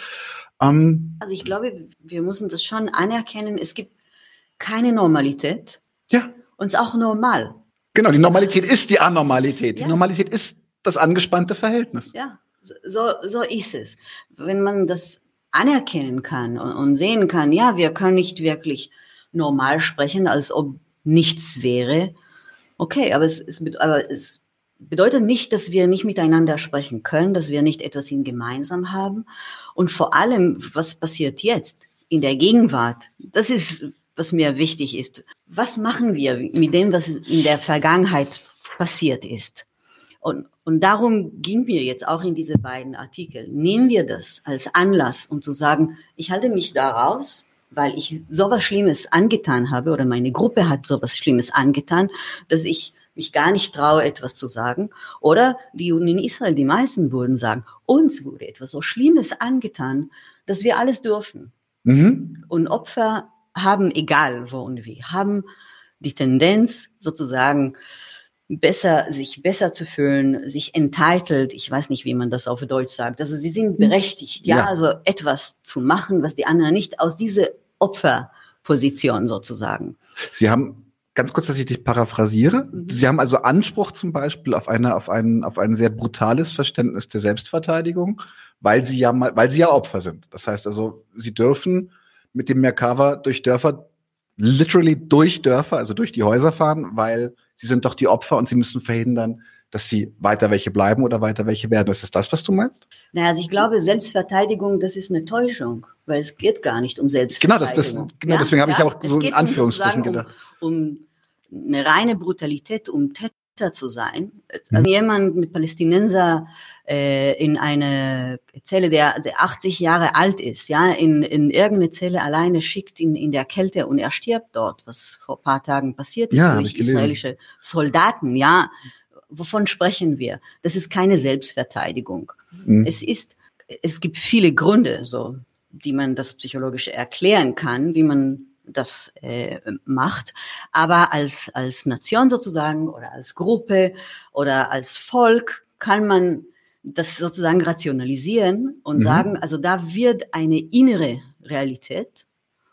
ähm, Also ich glaube, wir müssen das schon anerkennen. Es gibt keine Normalität. Ja. Und es ist auch normal. Genau, die Normalität ist die Anormalität. Die Ja. Normalität ist das angespannte Verhältnis. Ja, so, so ist es. Wenn man das anerkennen kann und, und sehen kann, ja, wir können nicht wirklich normal sprechen, als ob nichts wäre. Okay, aber es, es, aber es bedeutet nicht, dass wir nicht miteinander sprechen können, dass wir nicht etwas in gemeinsam haben. Und vor allem, was passiert jetzt in der Gegenwart? Das ist, was mir wichtig ist. Was machen wir mit dem, was in der Vergangenheit passiert ist? Und, und darum ging mir jetzt auch in diese beiden Artikel. Nehmen wir das als Anlass, um zu sagen, ich halte mich da raus, weil ich sowas Schlimmes angetan habe oder meine Gruppe hat sowas Schlimmes angetan, dass ich mich gar nicht traue, etwas zu sagen. Oder die Juden in Israel, die meisten würden sagen, uns wurde etwas so Schlimmes angetan, dass wir alles dürfen. Mhm. Und Opfer haben, egal wo und wie, haben die Tendenz sozusagen besser, sich besser zu fühlen, sich entitled, ich weiß nicht, wie man das auf Deutsch sagt, also sie sind berechtigt, ja, Ja. also etwas zu machen, was die anderen nicht, aus dieser Opferposition sozusagen. Sie haben, ganz kurz, dass ich dich paraphrasiere, Mhm. Sie haben also Anspruch zum Beispiel auf eine, auf ein, auf ein sehr brutales Verständnis der Selbstverteidigung, weil Sie ja mal, weil Sie ja Opfer sind. Das heißt also, Sie dürfen mit dem Merkava durch Dörfer, literally durch Dörfer, also durch die Häuser fahren, weil Sie sind doch die Opfer und Sie müssen verhindern, dass Sie weiter welche bleiben oder weiter welche werden. Ist das das, was du meinst? Naja, also ich glaube, Selbstverteidigung, das ist eine Täuschung, weil es geht gar nicht um Genau, das, Selbstverteidigung. das, genau deswegen habe ich auch Es so geht in um Anführungsstrichen sozusagen gedacht. Um, um eine reine Brutalität, um Täter zu sein. Also jemand mit Palästinenser äh, in eine Zelle, der, der achtzig Jahre alt ist, ja, in, in irgendeine Zelle alleine schickt in, in der Kälte und er stirbt dort, was vor ein paar Tagen passiert ist Ja, hab durch ich gelesen. israelische Soldaten, ja. Wovon sprechen wir? Das ist keine Selbstverteidigung. Mhm. Es ist, es gibt viele Gründe, so, die man das psychologisch erklären kann, wie man das äh, macht. Aber als, als Nation sozusagen oder als Gruppe oder als Volk kann man das sozusagen rationalisieren und Mhm. sagen, also da wird eine innere Realität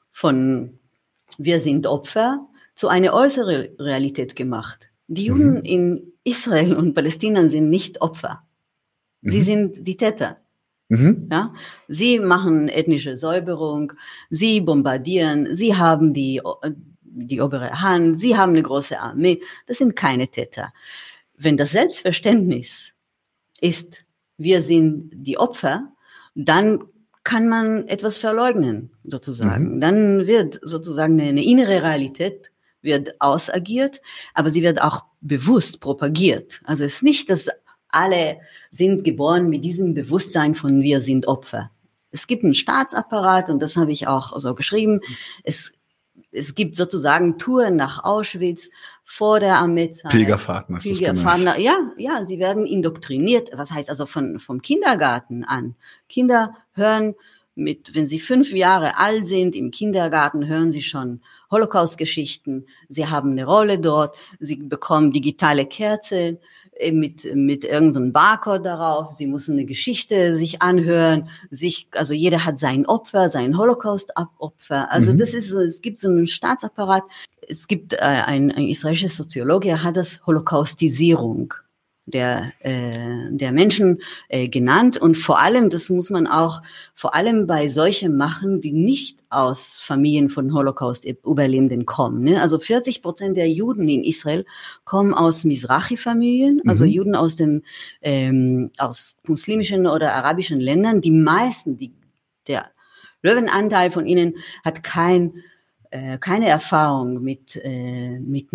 von wir sind Opfer zu einer äußeren Realität gemacht. Die Juden Mhm. in Israel und Palästina sind nicht Opfer. Sie Mhm. sind die Täter. Mhm. Ja? Sie machen ethnische Säuberung, sie bombardieren, sie haben die, die obere Hand, sie haben eine große Armee. Das sind keine Täter. Wenn das Selbstverständnis ist, wir sind die Opfer, dann kann man etwas verleugnen, sozusagen. Mhm. Dann wird sozusagen eine, eine innere Realität wird ausagiert, aber sie wird auch bewusst propagiert. Also es ist nicht, dass alle sind geboren mit diesem Bewusstsein von wir sind Opfer. Es gibt einen Staatsapparat und das habe ich auch so geschrieben. Es, es gibt sozusagen Touren nach Auschwitz vor der Armeezeit. Pilgerfahrten, hast du es Pilgerfahrten, genannt. ja, ja, sie werden indoktriniert. Was heißt also von, vom Kindergarten an? Kinder hören mit, wenn sie fünf Jahre alt sind, im Kindergarten hören sie schon Holocaust-Geschichten. Sie haben eine Rolle dort. Sie bekommen digitale Kerzen mit, mit irgendeinem Barcode darauf. Sie müssen eine Geschichte sich anhören. Sich, also jeder hat sein Opfer, sein Holocaust-Opfer. Also Mhm. das ist, es gibt so einen Staatsapparat. Es gibt äh, ein, ein israelischer Soziologe, er hat das Holocaustisierung der, äh, der Menschen äh, genannt. Und vor allem, das muss man auch vor allem bei solchen machen, die nicht aus Familien von Holocaust-Überlebenden kommen. Ne? Also vierzig Prozent der Juden in Israel kommen aus Mizrachi-Familien, also Mhm. Juden aus dem ähm, aus muslimischen oder arabischen Ländern. Die meisten, die, der Löwenanteil von ihnen hat kein, äh, keine Erfahrung mit, äh, mit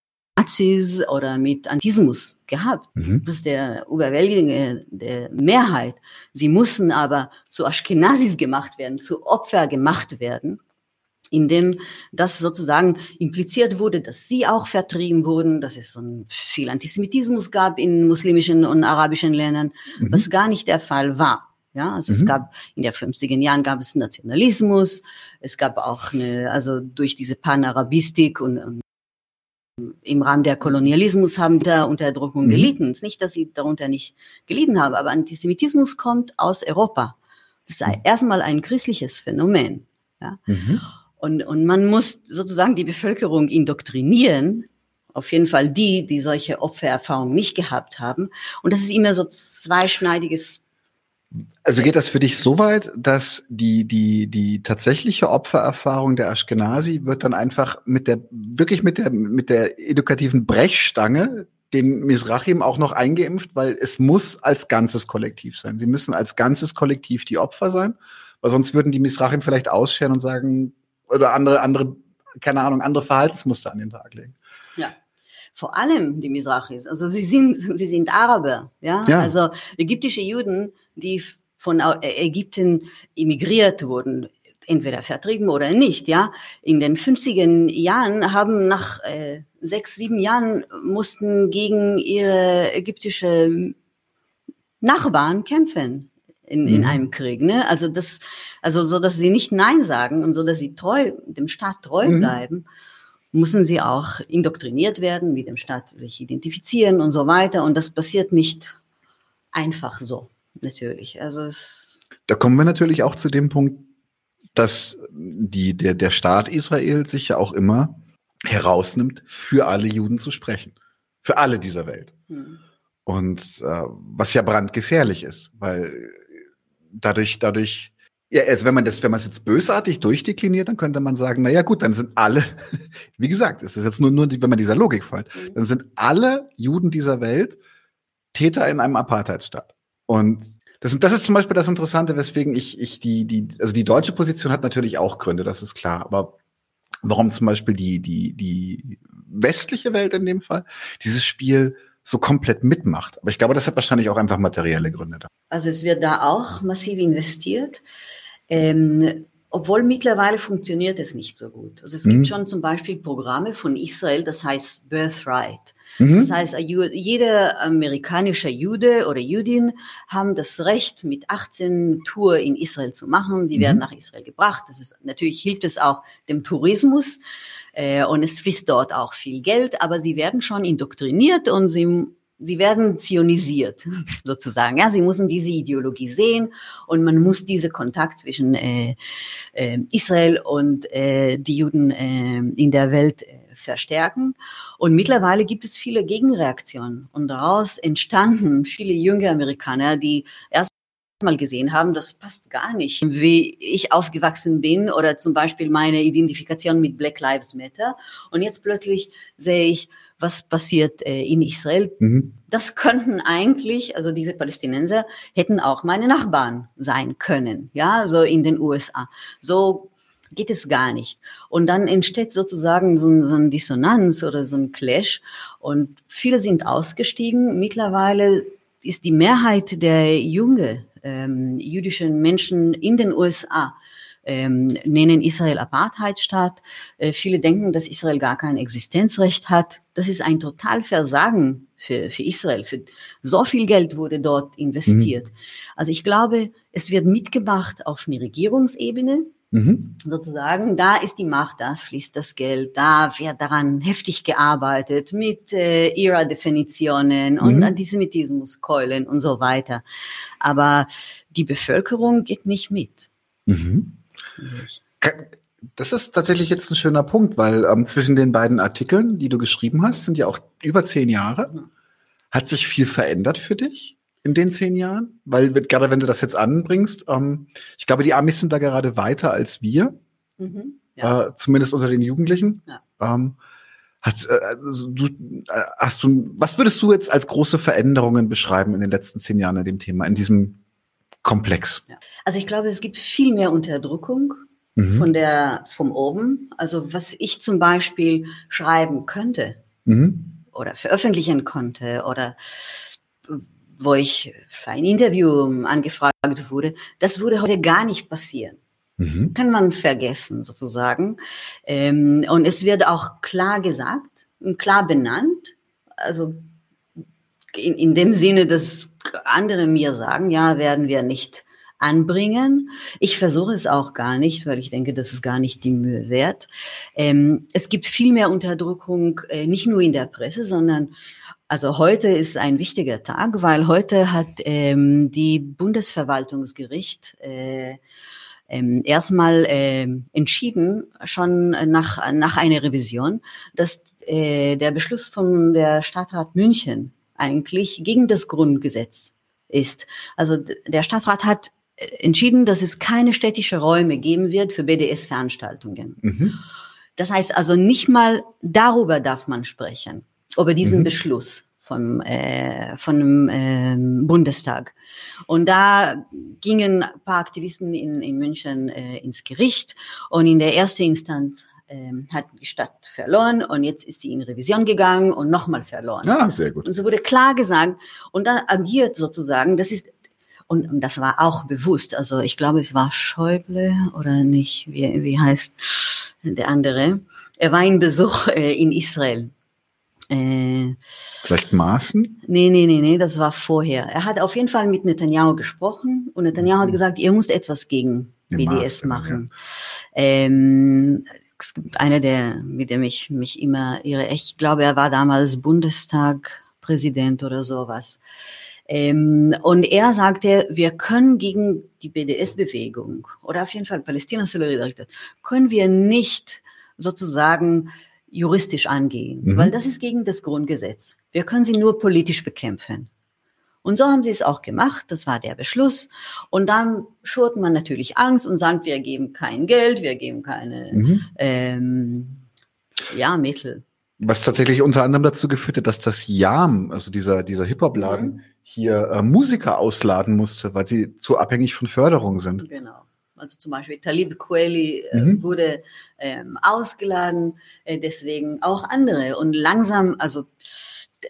Nazis oder mit Antismus gehabt. Mhm. Das ist der überwältigende der Mehrheit. Sie mussten aber zu Aschkenazis gemacht werden, zu Opfer gemacht werden. in dem das sozusagen impliziert wurde, dass sie auch vertrieben wurden, dass es so viel Antisemitismus gab in muslimischen und arabischen Ländern, mhm. was gar nicht der Fall war. Ja, also mhm. es gab in den fünfziger Jahren gab es Nationalismus, es gab auch eine, also durch diese Panarabistik und um, im Rahmen der Kolonialismus haben da Unterdrückung mhm. gelitten. Es ist nicht, dass sie darunter nicht gelitten haben, aber Antisemitismus kommt aus Europa. Das ist mhm. erstmal ein christliches Phänomen. Ja. Mhm. Und, und man muss sozusagen die Bevölkerung indoktrinieren, auf jeden Fall die, die solche Opfererfahrungen nicht gehabt haben. Und das ist immer so zweischneidiges. Also geht das für dich so weit, dass die, die, die tatsächliche Opfererfahrung der Ashkenazi wird dann einfach mit der, wirklich mit der, mit der edukativen Brechstange den Mizrachim auch noch eingeimpft, weil es muss als ganzes Kollektiv sein. Sie müssen als ganzes Kollektiv die Opfer sein, weil sonst würden die Mizrachim vielleicht ausscheren und sagen, oder andere, andere, keine Ahnung, andere Verhaltensmuster an den Tag legen. Ja. Vor allem die Mizrachis, also sie sind, sie sind Araber, ja? ja, also ägyptische Juden, die von Ägypten emigriert wurden, entweder vertrieben oder nicht, ja. In den fünfziger Jahren haben nach äh, sechs, sieben Jahren mussten gegen ihre ägyptische Nachbarn kämpfen in, mhm. in einem Krieg, ne? Also das, also so, dass sie nicht Nein sagen und so, dass sie treu, dem Staat treu mhm. bleiben, müssen sie auch indoktriniert werden, mit dem Staat sich identifizieren und so weiter. Und das passiert nicht einfach so, natürlich. Also es da kommen wir natürlich auch zu dem Punkt, dass die, der, der Staat Israel sich ja auch immer herausnimmt, für alle Juden zu sprechen. Für alle dieser Welt. Hm. Und äh, was ja brandgefährlich ist, weil dadurch, dadurch ja, also wenn man das, wenn man es jetzt bösartig durchdekliniert, dann könnte man sagen, na ja, gut, dann sind alle, wie gesagt, es ist jetzt nur, nur, wenn man dieser Logik folgt, mhm. dann sind alle Juden dieser Welt Täter in einem Apartheidstaat. Und das, das ist zum Beispiel das Interessante, weswegen ich, ich die, die, also die deutsche Position hat natürlich auch Gründe, das ist klar. Aber warum zum Beispiel die, die, die westliche Welt in dem Fall dieses Spiel so komplett mitmacht. Aber ich glaube, das hat wahrscheinlich auch einfach materielle Gründe. Also es wird da auch massiv investiert, ähm, obwohl mittlerweile funktioniert es nicht so gut. Also es mhm. gibt schon zum Beispiel Programme von Israel, das heißt Birthright. Mhm. Das heißt, jeder amerikanische Jude oder Jüdin haben das Recht, mit achtzehn Tour in Israel zu machen. Sie mhm. werden nach Israel gebracht. Das ist, natürlich hilft es auch dem Tourismus. Und es fließt dort auch viel Geld, aber sie werden schon indoktriniert und sie, sie werden zionisiert, sozusagen. Ja, sie müssen diese Ideologie sehen und man muss diesen Kontakt zwischen äh, äh, Israel und äh, die Juden äh, in der Welt äh, verstärken. Und mittlerweile gibt es viele Gegenreaktionen und daraus entstanden viele junge Amerikaner, die erst mal gesehen haben, das passt gar nicht, wie ich aufgewachsen bin oder zum Beispiel meine Identifikation mit Black Lives Matter. Und jetzt plötzlich sehe ich, was passiert äh, in Israel. Mhm. Das könnten eigentlich, also diese Palästinenser hätten auch meine Nachbarn sein können, ja, so in den U S A. So geht es gar nicht. Und dann entsteht sozusagen so ein, so ein Dissonanz oder so ein Clash. Und viele sind ausgestiegen. Mittlerweile ist die Mehrheit der junge ähm, jüdischen Menschen in den U S A ähm, nennen Israel Apartheidstaat. Äh, viele denken, dass Israel gar kein Existenzrecht hat. Das ist ein Totalversagen für, für Israel. Für so viel Geld wurde dort investiert. Mhm. Also ich glaube, es wird mitgemacht auf einer Regierungsebene. Mhm. Sozusagen, da ist die Macht, da fließt das Geld, da wird daran heftig gearbeitet mit äh, I R A-Definitionen mhm. und Antisemitismuskeulen und so weiter. Aber die Bevölkerung geht nicht mit. Mhm. Das ist tatsächlich jetzt ein schöner Punkt, weil ähm, zwischen den beiden Artikeln, die du geschrieben hast, sind ja auch über zehn Jahre. Mhm. Hat sich viel verändert für dich in den zehn Jahren? Weil gerade wenn du das jetzt anbringst, ähm, ich glaube, die Amis sind da gerade weiter als wir, mhm, ja. äh, zumindest unter den Jugendlichen. Ja. Ähm, hast, äh, du, äh, hast du, was würdest du jetzt als große Veränderungen beschreiben in den letzten zehn Jahren in dem Thema, in diesem Komplex? Ja. Also ich glaube, es gibt viel mehr Unterdrückung mhm. von der, vom oben. Also was ich zum Beispiel schreiben könnte mhm. oder veröffentlichen konnte oder wo ich für ein Interview angefragt wurde, das würde heute gar nicht passieren. Mhm. Kann man vergessen, sozusagen. Ähm, und es wird auch klar gesagt und klar benannt, also in, in dem Sinne, dass andere mir sagen, ja, werden wir nicht anbringen. Ich versuche es auch gar nicht, weil ich denke, das ist gar nicht die Mühe wert. Ähm, es gibt viel mehr Unterdrückung, äh, nicht nur in der Presse, sondern also heute ist ein wichtiger Tag, weil heute hat ähm, die Bundesverwaltungsgericht äh, ähm, erstmal äh, entschieden, schon nach, nach einer Revision, dass äh, der Beschluss von der Stadtrat München eigentlich gegen das Grundgesetz ist. Also der Stadtrat hat entschieden, dass es keine städtische Räume geben wird für B D S-Veranstaltungen. Mhm. Das heißt also, nicht mal darüber darf man sprechen, über diesen Mhm. Beschluss vom, äh, von dem äh, Bundestag. Und da gingen ein paar Aktivisten in, in München äh, ins Gericht und in der ersten Instanz äh, hat die Stadt verloren und jetzt ist sie in Revision gegangen und nochmal verloren. Ah, sehr gut. Und so wurde klar gesagt und dann agiert sozusagen, das ist Und, und das war auch bewusst. Also ich glaube, es war Schäuble oder nicht, wie, wie heißt der andere. Er war in Besuch äh, in Israel. Äh, Vielleicht Maaßen? nee, nee, nee, nee, das war vorher. Er hat auf jeden Fall mit Netanyahu gesprochen und Netanyahu hat gesagt, ihr müsst etwas gegen Ja, B D S Maaßen, machen. Ähm, es gibt einer, der, mit dem ich mich immer irre. Ich glaube, er war damals Bundestagpräsident oder sowas. Ähm, und er sagte, wir können gegen die B D S-Bewegung oder auf jeden Fall Palästina-Solidarität, können wir nicht sozusagen juristisch angehen, Mhm. weil das ist gegen das Grundgesetz. Wir können sie nur politisch bekämpfen. Und so haben sie es auch gemacht, das war der Beschluss. Und dann schurt man natürlich Angst und sagt, wir geben kein Geld, wir geben keine Mhm. ähm, ja, Mittel. Was tatsächlich unter anderem dazu geführt hat, dass das Yam, also dieser, dieser Hip-Hop-Laden, Mhm. hier äh, Musiker ausladen musste, weil sie zu abhängig von Förderung sind. Genau. Also zum Beispiel Talib Kweli äh, Mhm. wurde ähm, ausgeladen, äh, deswegen auch andere. Und langsam, also d-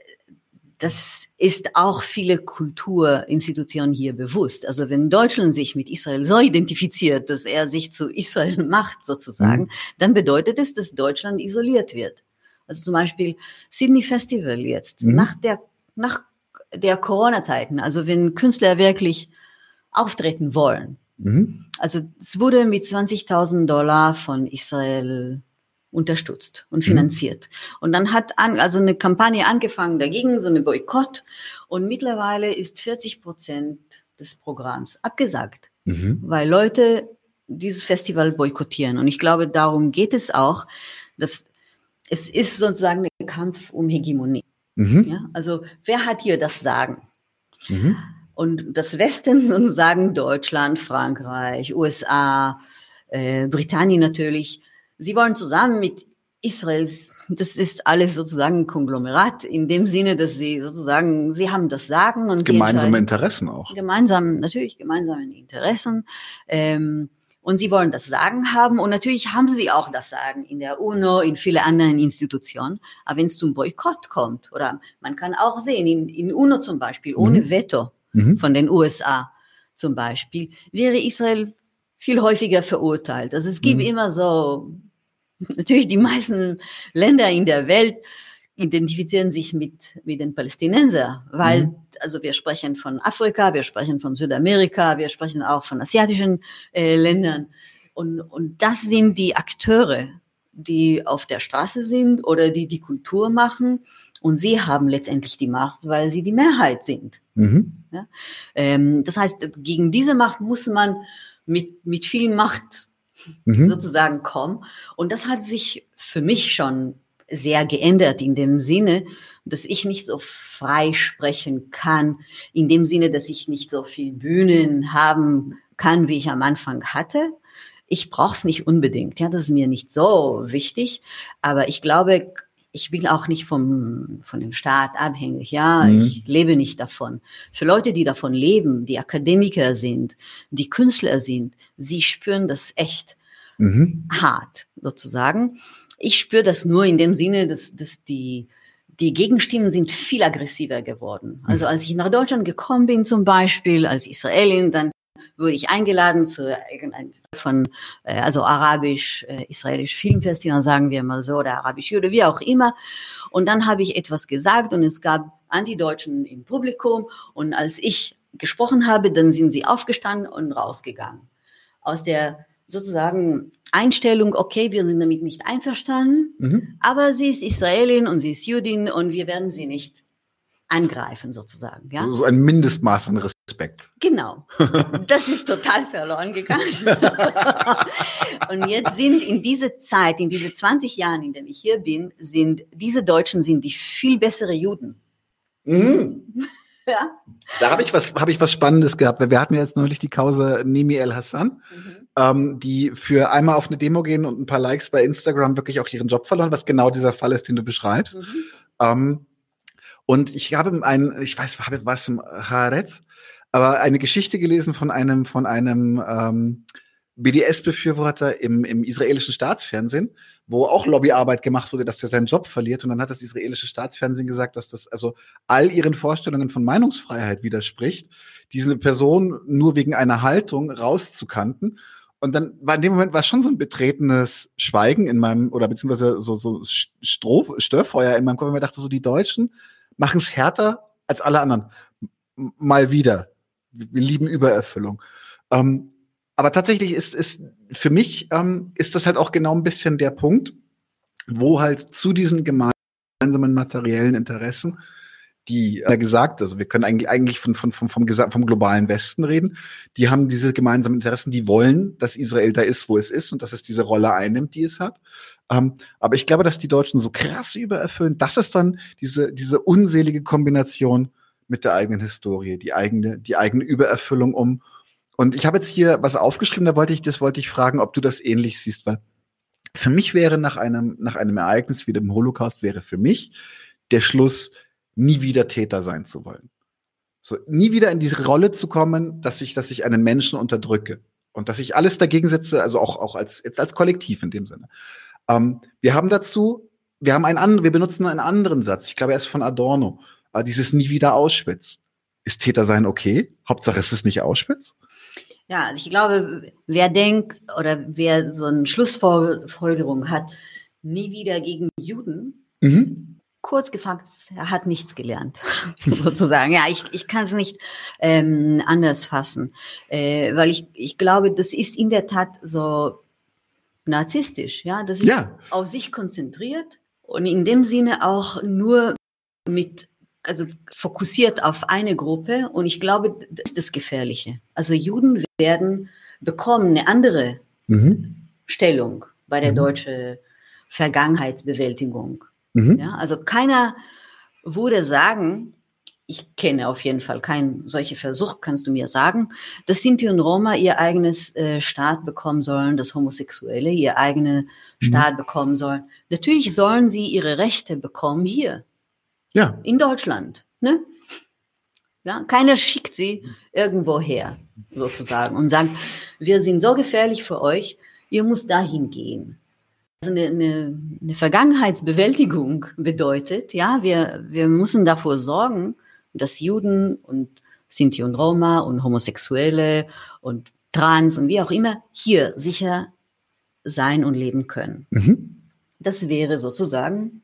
das ist auch viele Kulturinstitutionen hier bewusst. Also wenn Deutschland sich mit Israel so identifiziert, dass er sich zu Israel macht sozusagen, Mhm. dann bedeutet es, dass Deutschland isoliert wird. Also zum Beispiel Sydney Festival jetzt, Mhm. nach der, nach der Corona-Zeiten, also wenn Künstler wirklich auftreten wollen. Mhm. Also es wurde mit zwanzigtausend Dollar von Israel unterstützt und finanziert. Mhm. Und dann hat an, also eine Kampagne angefangen dagegen, so eine Boykott. Und mittlerweile ist vierzig Prozent des Programms abgesagt, Mhm. weil Leute dieses Festival boykottieren. Und ich glaube, darum geht es auch, dass es ist sozusagen ein Kampf um Hegemonie. Mhm. Ja? Also wer hat hier das Sagen? Mhm. Und das Westen sozusagen, Deutschland, Frankreich, U S A, äh, Britannien natürlich, sie wollen zusammen mit Israel, das ist alles sozusagen ein Konglomerat, in dem Sinne, dass sie sozusagen, sie haben das Sagen und Gemeinsame Interessen auch. Gemeinsam, natürlich gemeinsame Interessen. Ähm, und sie wollen das Sagen haben und natürlich haben sie auch das Sagen in der UNO, in viele anderen Institutionen. Aber wenn es zum Boykott kommt, oder man kann auch sehen, in, in UNO zum Beispiel, ohne Mhm. Veto Mhm. von den U S A zum Beispiel, wäre Israel viel häufiger verurteilt. Also es gibt Mhm. immer so, natürlich die meisten Länder in der Welt identifizieren sich mit, mit den Palästinensern, weil, Mhm. also wir sprechen von Afrika, wir sprechen von Südamerika, wir sprechen auch von asiatischen äh, Ländern. Und, und das sind die Akteure, die auf der Straße sind oder die die Kultur machen. Und sie haben letztendlich die Macht, weil sie die Mehrheit sind. Mhm. Ja? Ähm, das heißt, gegen diese Macht muss man mit, mit viel Macht Mhm. sozusagen kommen. Und das hat sich für mich schon sehr geändert in dem Sinne, dass ich nicht so frei sprechen kann, in dem Sinne, dass ich nicht so viel Bühnen haben kann, wie ich am Anfang hatte. Ich brauche es nicht unbedingt, ja, das ist mir nicht so wichtig, aber ich glaube, ich bin auch nicht vom, von dem Staat abhängig, ja, Mhm. ich lebe nicht davon. Für Leute, die davon leben, die Akademiker sind, die Künstler sind, sie spüren das echt Mhm. hart, sozusagen. Ich spüre das nur in dem Sinne, dass, dass die, die Gegenstimmen sind viel aggressiver geworden. Also als ich nach Deutschland gekommen bin zum Beispiel, als Israelin, dann wurde ich eingeladen zu irgendeinem von, äh, also arabisch-israelisch äh, Filmfestival, sagen wir mal so, oder arabisch-Jude, wie auch immer. Und dann habe ich etwas gesagt und es gab Antideutschen im Publikum. Und als ich gesprochen habe, dann sind sie aufgestanden und rausgegangen. Aus der sozusagen Einstellung, okay, wir sind damit nicht einverstanden, mhm. aber sie ist Israelin und sie ist Judin und wir werden sie nicht angreifen sozusagen. Ja? So ein Mindestmaß an Respekt. Genau. Das ist total verloren gegangen. Und jetzt sind in dieser Zeit, in diese zwanzig Jahren, in denen ich hier bin, sind diese Deutschen sind die viel bessere Juden. Mhm. Ja. Da habe ich was, habe ich was Spannendes gehabt, weil wir hatten ja jetzt neulich die Causa Nimi El Hassan, mhm. ähm, die für einmal auf eine Demo gehen und ein paar Likes bei Instagram wirklich auch ihren Job verloren, was genau dieser Fall ist, den du beschreibst. Mhm. Ähm, und ich habe einen, ich weiß, habe was im Haaretz, aber eine Geschichte gelesen von einem, von einem ähm, B D S-Befürworter im, im israelischen Staatsfernsehen, wo auch Lobbyarbeit gemacht wurde, dass er seinen Job verliert. Und dann hat das israelische Staatsfernsehen gesagt, dass das also all ihren Vorstellungen von Meinungsfreiheit widerspricht, diese Person nur wegen einer Haltung rauszukanten. Und dann war in dem Moment war schon so ein betretenes Schweigen in meinem, oder beziehungsweise so, so Stroh, Störfeuer in meinem Kopf. Und ich dachte so, die Deutschen machen es härter als alle anderen. M- mal wieder. Wir lieben Übererfüllung. Ähm, Aber tatsächlich ist, ist für mich ähm, ist das halt auch genau ein bisschen der Punkt, wo halt zu diesen gemeinsamen materiellen Interessen, die äh, gesagt, also wir können eigentlich eigentlich von, von, vom, vom, vom globalen Westen reden, die haben diese gemeinsamen Interessen, die wollen, dass Israel da ist, wo es ist und dass es diese Rolle einnimmt, die es hat. Ähm, aber ich glaube, dass die Deutschen so krass übererfüllen, dass es dann diese, diese unselige Kombination mit der eigenen Historie, die eigene, die eigene Übererfüllung um. Und ich habe jetzt hier was aufgeschrieben, da wollte ich, das wollte ich fragen, ob du das ähnlich siehst, weil für mich wäre nach einem, nach einem Ereignis wie dem Holocaust wäre für mich der Schluss, nie wieder Täter sein zu wollen. So, nie wieder in diese Rolle zu kommen, dass ich, dass ich einen Menschen unterdrücke und dass ich alles dagegen setze, also auch, auch als, jetzt als Kollektiv in dem Sinne. Ähm, wir haben dazu, wir haben einen anderen, wir benutzen einen anderen Satz, ich glaube, er ist von Adorno, äh, dieses nie wieder Auschwitz. Ist Täter sein okay? Hauptsache, es ist nicht Auschwitz? Ja, also ich glaube, wer denkt oder wer so eine Schlussfolgerung hat, nie wieder gegen Juden, mhm. kurz gefragt, er hat nichts gelernt, sozusagen. Ja, ich, ich kann es nicht ähm, anders fassen, äh, weil ich, ich glaube, das ist in der Tat so narzisstisch, ja, das ist ja. auf sich konzentriert und in dem Sinne auch nur mit also fokussiert auf eine Gruppe und ich glaube, das ist das Gefährliche. Also Juden werden bekommen eine andere mhm. Stellung bei der mhm. deutschen Vergangenheitsbewältigung. Mhm. Ja, also keiner würde sagen, ich kenne auf jeden Fall keinen solchen Versuch, kannst du mir sagen, dass Sinti und Roma ihr eigenes äh, Staat bekommen sollen, dass Homosexuelle ihr eigenen mhm. Staat bekommen sollen. Natürlich sollen sie ihre Rechte bekommen hier. Ja. In Deutschland, ne? Ja, keiner schickt sie irgendwo her, sozusagen, und sagt, wir sind so gefährlich für euch, ihr müsst dahin gehen. Also eine, eine, eine Vergangenheitsbewältigung bedeutet, ja, wir, wir müssen dafür sorgen, dass Juden und Sinti und Roma und Homosexuelle und Trans und wie auch immer hier sicher sein und leben können. Mhm. Das wäre sozusagen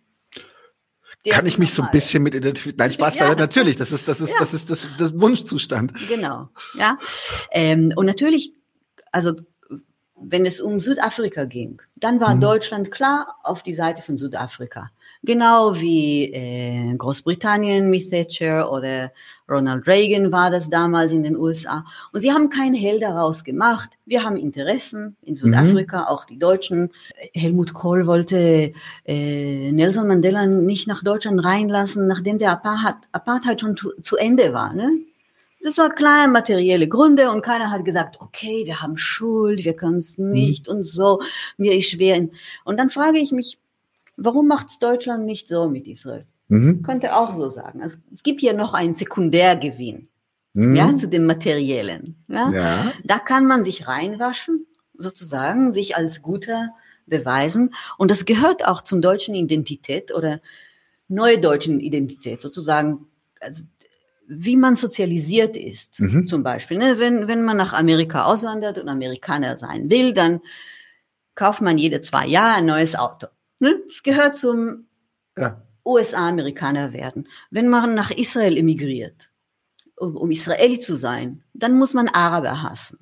kann ich mich so ein bisschen mit identifizieren? Nein, Spaß beiseite. Ja. Natürlich, das ist, das ist, ja. das ist das, das Wunschzustand. Genau, ja. Ähm, und natürlich, also, wenn es um Südafrika ging, dann war mhm. Deutschland klar auf die Seite von Südafrika. Genau wie äh, Großbritannien mit Thatcher oder Ronald Reagan war das damals in den U S A. Und sie haben keinen Hehl daraus gemacht. Wir haben Interessen in Südafrika, mhm. auch die Deutschen. Helmut Kohl wollte äh, Nelson Mandela nicht nach Deutschland reinlassen, nachdem der Apartheid, Apartheid schon zu, zu Ende war. Ne? Das war klar, materielle Gründe und keiner hat gesagt, okay, wir haben Schuld, wir können es nicht mhm. und so, mir ist schwer. Und dann frage ich mich, warum macht es Deutschland nicht so mit Israel? Mhm. Könnte auch so sagen. Also, es gibt hier noch einen Sekundärgewinn, mhm. ja, zu dem Materiellen. Ja? Ja. Da kann man sich reinwaschen, sozusagen, sich als Guter beweisen. Und das gehört auch zum deutschen Identität oder neue deutschen Identität, sozusagen. Also, wie man sozialisiert ist, mhm. zum Beispiel. Ne? Wenn, wenn man nach Amerika auswandert und Amerikaner sein will, dann kauft man jede zwei Jahre ein neues Auto. Ne? Das gehört zum ja. U S A-Amerikaner werden. Wenn man nach Israel emigriert, um, um Israeli zu sein, dann muss man Araber hassen.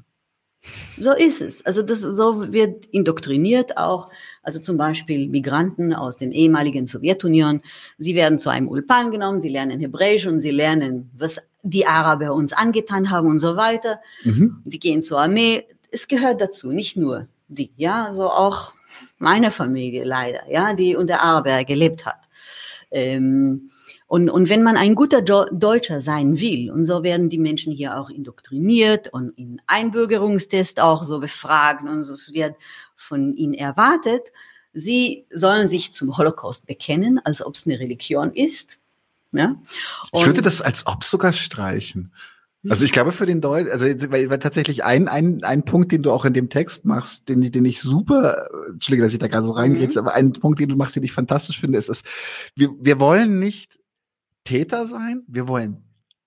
So ist es. Also das so wird indoktriniert auch. Also zum Beispiel Migranten aus den ehemaligen Sowjetunion. Sie werden zu einem Ulpan genommen, sie lernen Hebräisch und sie lernen, was die Araber uns angetan haben und so weiter. Mhm. Sie gehen zur Armee. Es gehört dazu, nicht nur die, ja, so auch meine Familie leider, ja, die unter Araber gelebt hat. Ähm, Und, und wenn man ein guter Deutscher sein will, und so werden die Menschen hier auch indoktriniert und in Einbürgerungstest auch so befragt und so, es wird von ihnen erwartet, sie sollen sich zum Holocaust bekennen, als ob es eine Religion ist. Ja? Und ich würde das als ob sogar streichen. Also ich glaube für den Deutschen, also weil, weil tatsächlich ein, ein, ein Punkt, den du auch in dem Text machst, den, den ich super, Entschuldige, dass ich da gerade so reingrätsch, mhm. aber ein Punkt, den du machst, den ich fantastisch finde, ist, ist wir, wir wollen nicht Täter sein, wir wollen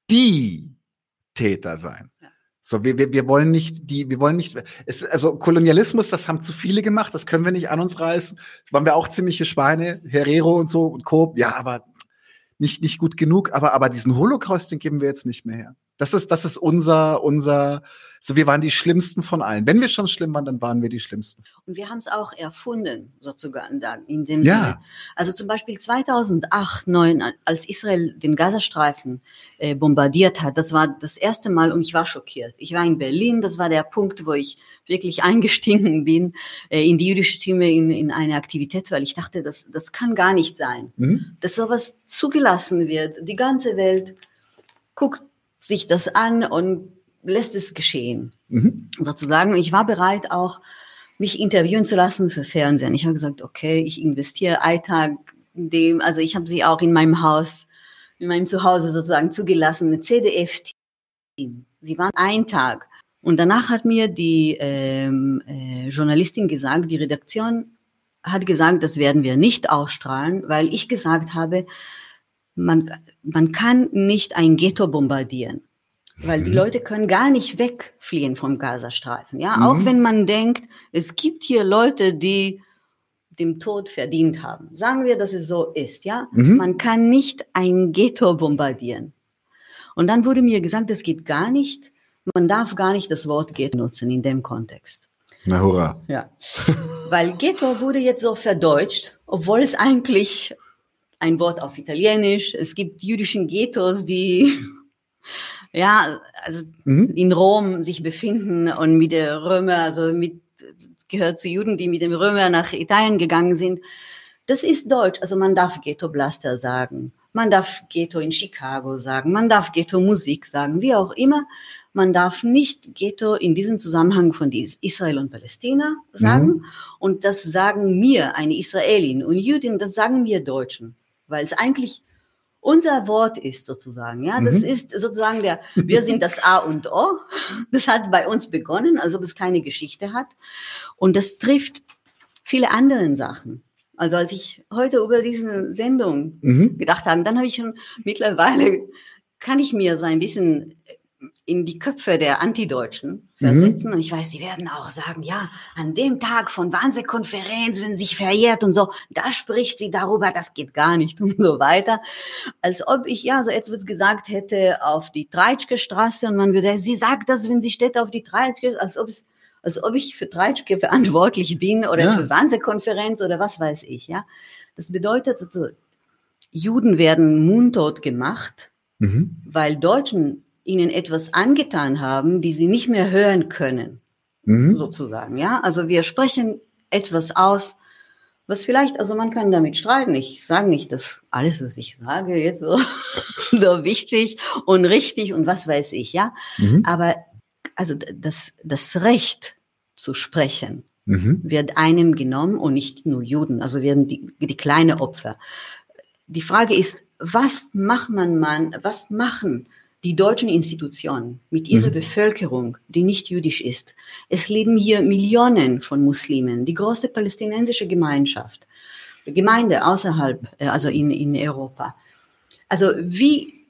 die Täter sein. Ja. So, wir, wir, wir wollen nicht die, wir wollen nicht, es, also Kolonialismus, das haben zu viele gemacht, das können wir nicht an uns reißen. Das waren wir auch ziemliche Schweine, Herero und so und Co. Ja, aber nicht, nicht gut genug, aber, aber diesen Holocaust, den geben wir jetzt nicht mehr her. Das ist, das ist unser, unser, so wir waren die Schlimmsten von allen. Wenn wir schon schlimm waren, dann waren wir die Schlimmsten. Und wir haben es auch erfunden, sozusagen, in dem ja. Sinne. Also zum Beispiel zweitausendacht, neun, als Israel den Gazastreifen äh, bombardiert hat, das war das erste Mal und ich war schockiert. Ich war in Berlin, das war der Punkt, wo ich wirklich eingestiegen bin äh, in die jüdische Stimme, in, in eine Aktivität, weil ich dachte, das, das kann gar nicht sein, mhm. dass sowas zugelassen wird. Die ganze Welt guckt sich das an und lässt es geschehen, mhm. sozusagen. Ich war bereit, auch mich interviewen zu lassen für Fernsehen. Ich habe gesagt, okay, ich investiere einen Tag in dem, also ich habe sie auch in meinem Haus, in meinem Zuhause sozusagen zugelassen, eine C D F-Team. Sie waren einen Tag. Und danach hat mir die ähm, äh, Journalistin gesagt, die Redaktion hat gesagt, das werden wir nicht ausstrahlen, weil ich gesagt habe, Man, man kann nicht ein Ghetto bombardieren, weil mhm. die Leute können gar nicht wegfliehen vom Gazastreifen. Ja, mhm. auch wenn man denkt, es gibt hier Leute, die den Tod verdient haben. Sagen wir, dass es so ist. Ja, mhm. man kann nicht ein Ghetto bombardieren. Und dann wurde mir gesagt, das geht gar nicht. Man darf gar nicht das Wort Ghetto nutzen in dem Kontext. Na hurra. Ja, weil Ghetto wurde jetzt so verdeutscht, obwohl es eigentlich ein Wort auf Italienisch. Es gibt jüdischen Ghettos, die ja, also mhm. in Rom sich befinden und mit der Römer, also mit gehört zu Juden, die mit dem Römer nach Italien gegangen sind. Das ist Deutsch. Also man darf Ghetto Blaster sagen, man darf Ghetto in Chicago sagen, man darf Ghetto Musik sagen, wie auch immer. Man darf nicht Ghetto in diesem Zusammenhang von Israel und Palästina sagen. Mhm. Und das sagen mir, eine Israelin und Jüdin, das sagen wir Deutschen. Weil es eigentlich unser Wort ist sozusagen, ja, das mhm. ist sozusagen der, wir sind das A und O, das hat bei uns begonnen, als ob es keine Geschichte hat und das trifft viele andere Sachen. Also als ich heute über diese Sendung mhm. gedacht habe, dann habe ich schon mittlerweile, kann ich mir so ein bisschen in die Köpfe der Antideutschen versetzen. Mhm. Und ich weiß, sie werden auch sagen, ja, an dem Tag von Wannsee-Konferenz, wenn sich verjährt und so, da spricht sie darüber, das geht gar nicht und so weiter. Als ob ich, ja, so jetzt wird's gesagt hätte, auf die Treitschke-Straße und man würde, sie sagt das, wenn sie steht auf die Treitschke, als ob es, als ob ich für Treitschke verantwortlich bin oder ja. für Wannsee-Konferenz oder was weiß ich, ja. Das bedeutet, also, Juden werden mundtot gemacht, mhm. weil Deutschen ihnen etwas angetan haben, die sie nicht mehr hören können, mhm. sozusagen, ja. Also wir sprechen etwas aus, was vielleicht, also man kann damit streiten. Ich sage nicht, dass alles, was ich sage, jetzt so, so wichtig und richtig und was weiß ich, ja. Mhm. Aber also das, das Recht zu sprechen mhm. wird einem genommen und nicht nur Juden, also werden die, die kleinen Opfer. Die Frage ist, was macht man, man, was machen die deutschen Institutionen mit ihrer mhm. Bevölkerung, die nicht jüdisch ist? Es leben hier Millionen von Muslimen, die große palästinensische Gemeinschaft, Gemeinde außerhalb, also in, in Europa. Also wie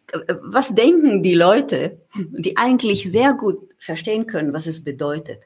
was denken die Leute, die eigentlich sehr gut verstehen können, was es bedeutet?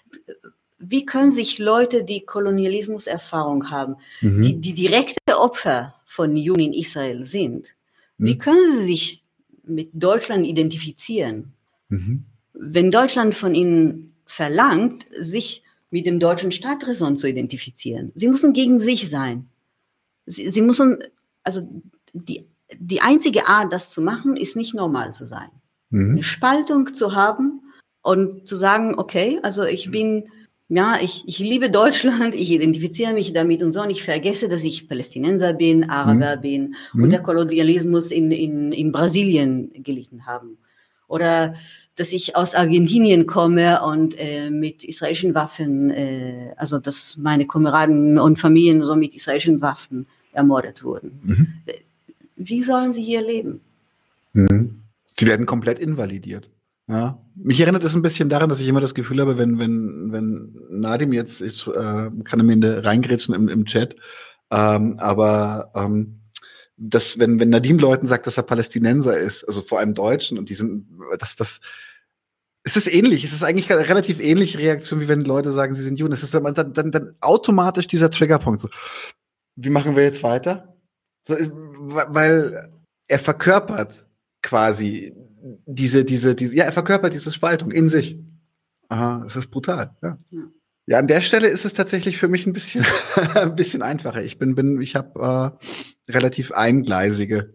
Wie können sich Leute, die Kolonialismuserfahrung haben, mhm. die, die direkte Opfer von Juden in Israel sind, mhm. wie können sie sich mit Deutschland identifizieren? Mhm. Wenn Deutschland von ihnen verlangt, sich mit dem deutschen Staatsräson zu identifizieren. Sie müssen gegen sich sein. Sie, sie müssen, also die, die einzige Art, das zu machen, ist nicht normal zu sein. Mhm. Eine Spaltung zu haben und zu sagen, okay, also ich bin, ja, ich, ich liebe Deutschland, ich identifiziere mich damit und so, und ich vergesse, dass ich Palästinenser bin, Araber mhm. bin und mhm. der Kolonialismus in, in, in Brasilien gelitten haben. Oder dass ich aus Argentinien komme und äh, mit israelischen Waffen, äh, also dass meine Kameraden und Familien so mit israelischen Waffen ermordet wurden. Mhm. Wie sollen sie hier leben? Mhm. Sie werden komplett invalidiert. Ja. Mich erinnert es ein bisschen daran, dass ich immer das Gefühl habe, wenn wenn wenn Nadim jetzt, ich äh, kann am Ende reingrätschen im, im Chat, ähm, aber ähm, dass wenn wenn Nadim Leuten sagt, dass er Palästinenser ist, also vor allem Deutschen, und die sind, dass das es ist ähnlich, es ist eigentlich eine relativ ähnliche Reaktion, wie wenn Leute sagen, sie sind Juden. Es ist dann, dann, dann automatisch dieser Triggerpunkt. So, wie machen wir jetzt weiter? So, weil er verkörpert quasi diese, diese, diese, ja, er verkörpert diese Spaltung in sich. Aha, es ist brutal, ja. ja. Ja, an der Stelle ist es tatsächlich für mich ein bisschen, ein bisschen einfacher. Ich bin, bin, ich habe äh, relativ eingleisige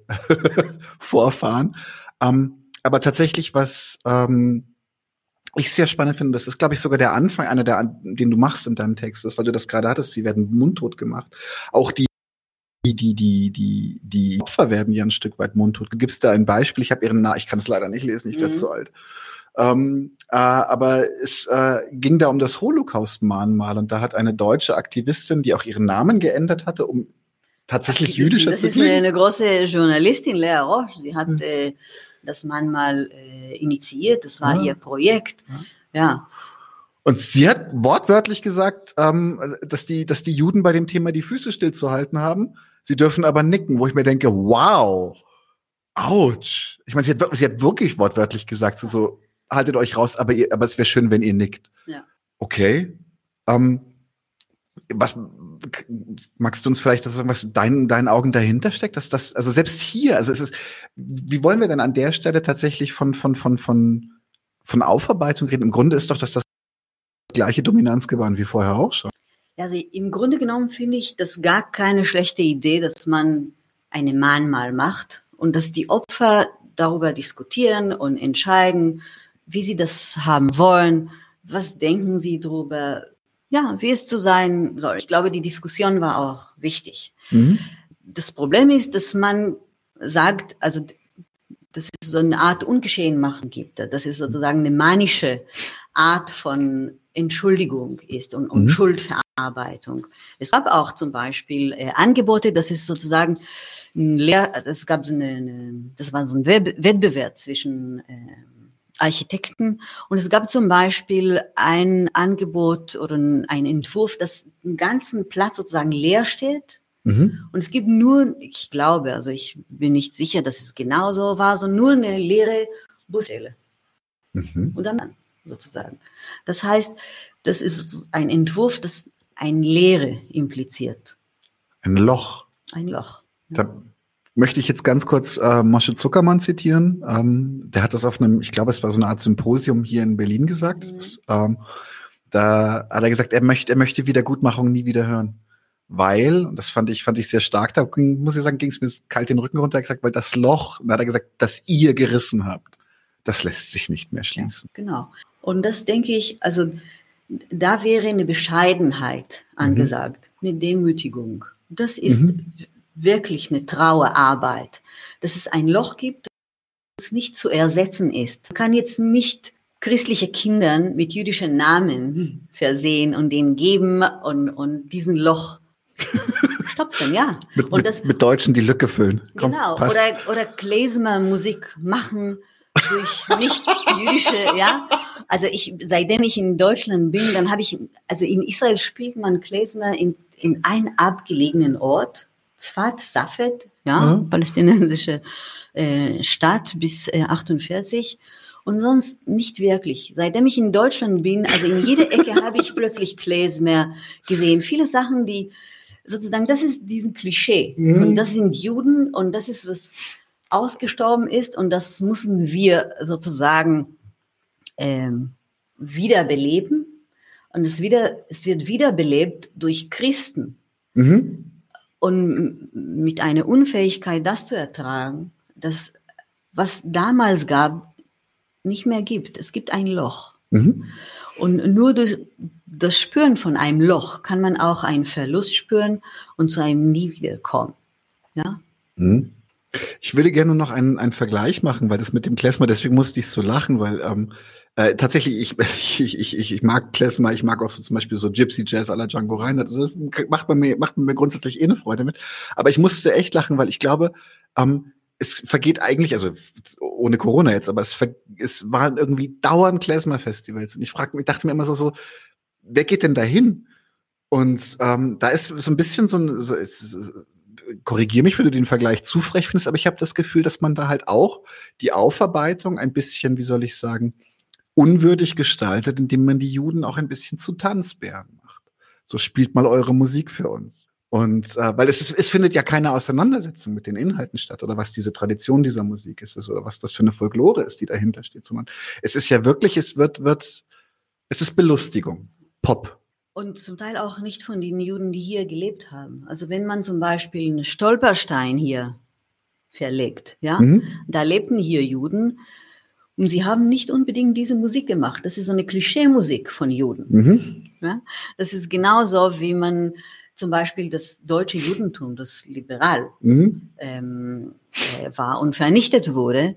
Vorfahren. Ähm, aber tatsächlich, was ähm, ich sehr spannend finde, das ist, glaube ich, sogar der Anfang, einer der, den du machst in deinem Text, ist, weil du das gerade hattest, sie werden mundtot gemacht. Auch die, die, die, die, die, die Opfer werden ja ein Stück weit mundtot. Du gibst da ein Beispiel, ich habe ihren Namen, ich kann es leider nicht lesen, ich werde mhm. zu alt. Ähm, äh, aber es äh, ging da um das Holocaust-Mahnmal, und da hat eine deutsche Aktivistin, die auch ihren Namen geändert hatte, um tatsächlich jüdischer zu klingen. Das ist eine, eine große Journalistin, Lea Roche, sie hat mhm. äh, das Mahnmal äh, initiiert, das war ja. ihr Projekt, ja. ja. Und sie hat wortwörtlich gesagt, ähm, dass die, dass die Juden bei dem Thema die Füße stillzuhalten haben, sie dürfen aber nicken, wo ich mir denke, wow, ouch. Ich meine, sie hat, sie hat wirklich wortwörtlich gesagt, so, so haltet euch raus, aber, ihr, aber es wäre schön, wenn ihr nickt. Ja. Okay. Ähm, was magst du uns vielleicht sagen, was in deinen, deinen Augen dahinter steckt? Dass das, also selbst hier, also es ist, wie wollen wir denn an der Stelle tatsächlich von, von, von, von, von Aufarbeitung reden? Im Grunde ist doch das das gleiche Dominanzgebaren wie vorher auch schon. Also im Grunde genommen finde ich das gar keine schlechte Idee, dass man eine Mahnmal macht und dass die Opfer darüber diskutieren und entscheiden, wie sie das haben wollen, was denken sie darüber, ja, wie es zu sein soll. Ich glaube, die Diskussion war auch wichtig. Mhm. Das Problem ist, dass man sagt, also dass es so eine Art Ungeschehen machen gibt, dass es sozusagen eine manische Art von Entschuldigung ist und, und mhm. Schuldverarbeitung. Es gab auch zum Beispiel äh, Angebote, das ist sozusagen ein Lehr, es gab so eine, eine, das war so ein Wettbewerb zwischen äh, Architekten, und es gab zum Beispiel ein Angebot oder ein Entwurf, das den ganzen Platz sozusagen leer steht. Mhm. Und es gibt nur, ich glaube, also ich bin nicht sicher, dass es genau so war, sondern nur eine leere Busstelle. Mhm. Und dann sozusagen. Das heißt, das ist ein Entwurf, das ein Leere impliziert. Ein Loch. Ein Loch. Ja. Da möchte ich jetzt ganz kurz äh, Moshe Zuckermann zitieren. Ähm, der hat das auf einem, ich glaube, es war so eine Art Symposium hier in Berlin gesagt. Mhm. Ähm, da hat er gesagt, er möchte, er möchte Wiedergutmachung nie wieder hören. Weil, und das fand ich, fand ich sehr stark, da ging, muss ich sagen, ging es mir kalt den Rücken runter, gesagt, weil das Loch, da hat er gesagt, das ihr gerissen habt, das lässt sich nicht mehr schließen. Ja, genau. Und das denke ich, also da wäre eine Bescheidenheit angesagt, mhm. eine Demütigung. Das ist mhm. wirklich eine Trauerarbeit, dass es ein Loch gibt, das nicht zu ersetzen ist. Man kann jetzt nicht christliche Kindern mit jüdischen Namen versehen und denen geben und, und diesen Loch stopfen, ja. mit, und das, mit Deutschen die Lücke füllen. Komm, genau, passt. oder, oder Klezmer-Musik machen durch nicht-jüdische, ja. Also ich, seitdem ich in Deutschland bin, dann habe ich, also in Israel spielt man Klezmer in, in einem abgelegenen Ort, Tzfat, Safed, ja, Mhm. palästinensische äh, Staat bis äh, achtundvierzig. Und sonst nicht wirklich. Seitdem ich in Deutschland bin, also in jeder Ecke habe ich plötzlich Klezmer gesehen. Viele Sachen, die sozusagen, das ist diesen Klischee. Mhm. Und das sind Juden und das ist, was ausgestorben ist und das müssen wir sozusagen ähm, wiederbeleben. Und es, wieder, es wird wiederbelebt durch Christen. Mhm. Und mit einer Unfähigkeit, das zu ertragen, das, was damals gab, nicht mehr gibt. Es gibt ein Loch. Mhm. Und nur durch das Spüren von einem Loch kann man auch einen Verlust spüren und zu einem Nie wiederkommen. Ja? Mhm. Ich würde gerne noch einen, einen Vergleich machen, weil das mit dem Klezmer, deswegen musste ich so lachen, weil ähm, äh, tatsächlich, ich, ich, ich, ich, ich mag Klezmer, ich mag auch so zum Beispiel so Gypsy Jazz à la Django Reinhardt, also macht man mir, macht man mir grundsätzlich eh eine Freude mit. Aber ich musste echt lachen, weil ich glaube, ähm, es vergeht eigentlich, also ohne Corona jetzt, aber es, ver, es waren irgendwie dauernd Klezmer-Festivals. Und ich frag, ich dachte mir immer so, so, wer geht denn da hin? Und ähm, da ist so ein bisschen so ein, so, es, korrigiere mich, wenn du den Vergleich zu frech findest, aber ich habe das Gefühl, dass man da halt auch die Aufarbeitung ein bisschen, wie soll ich sagen, unwürdig gestaltet, indem man die Juden auch ein bisschen zu Tanzbären macht. So spielt mal eure Musik für uns. Und äh, weil es ist, es findet ja keine Auseinandersetzung mit den Inhalten statt oder was diese Tradition dieser Musik ist oder was das für eine Folklore ist, die dahinter steht. Es ist ja wirklich, es wird, wird, es ist Belustigung, Pop. Und zum Teil auch nicht von den Juden, die hier gelebt haben. Also wenn man zum Beispiel einen Stolperstein hier verlegt, ja, Mhm. da lebten hier Juden und sie haben nicht unbedingt diese Musik gemacht. Das ist so eine Klischee-Musik von Juden. Mhm. Ja? Das ist genauso, wie man zum Beispiel das deutsche Judentum, das liberal Mhm. ähm, äh, war und vernichtet wurde,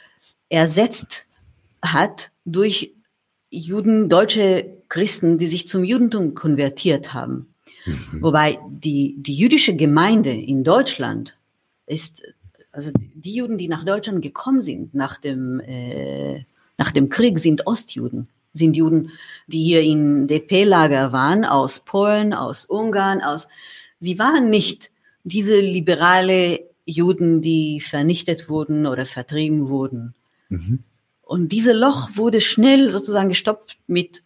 ersetzt hat durch Juden, deutsche Christen, die sich zum Judentum konvertiert haben. Mhm. Wobei die, die jüdische Gemeinde in Deutschland ist, also die Juden, die nach Deutschland gekommen sind nach dem, äh, nach dem Krieg, sind Ostjuden. Sind Juden, die hier in D P-Lager waren, aus Polen, aus Ungarn, aus, sie waren nicht diese liberale Juden, die vernichtet wurden oder vertrieben wurden. Mhm. Und dieses Loch wurde schnell sozusagen gestopft mit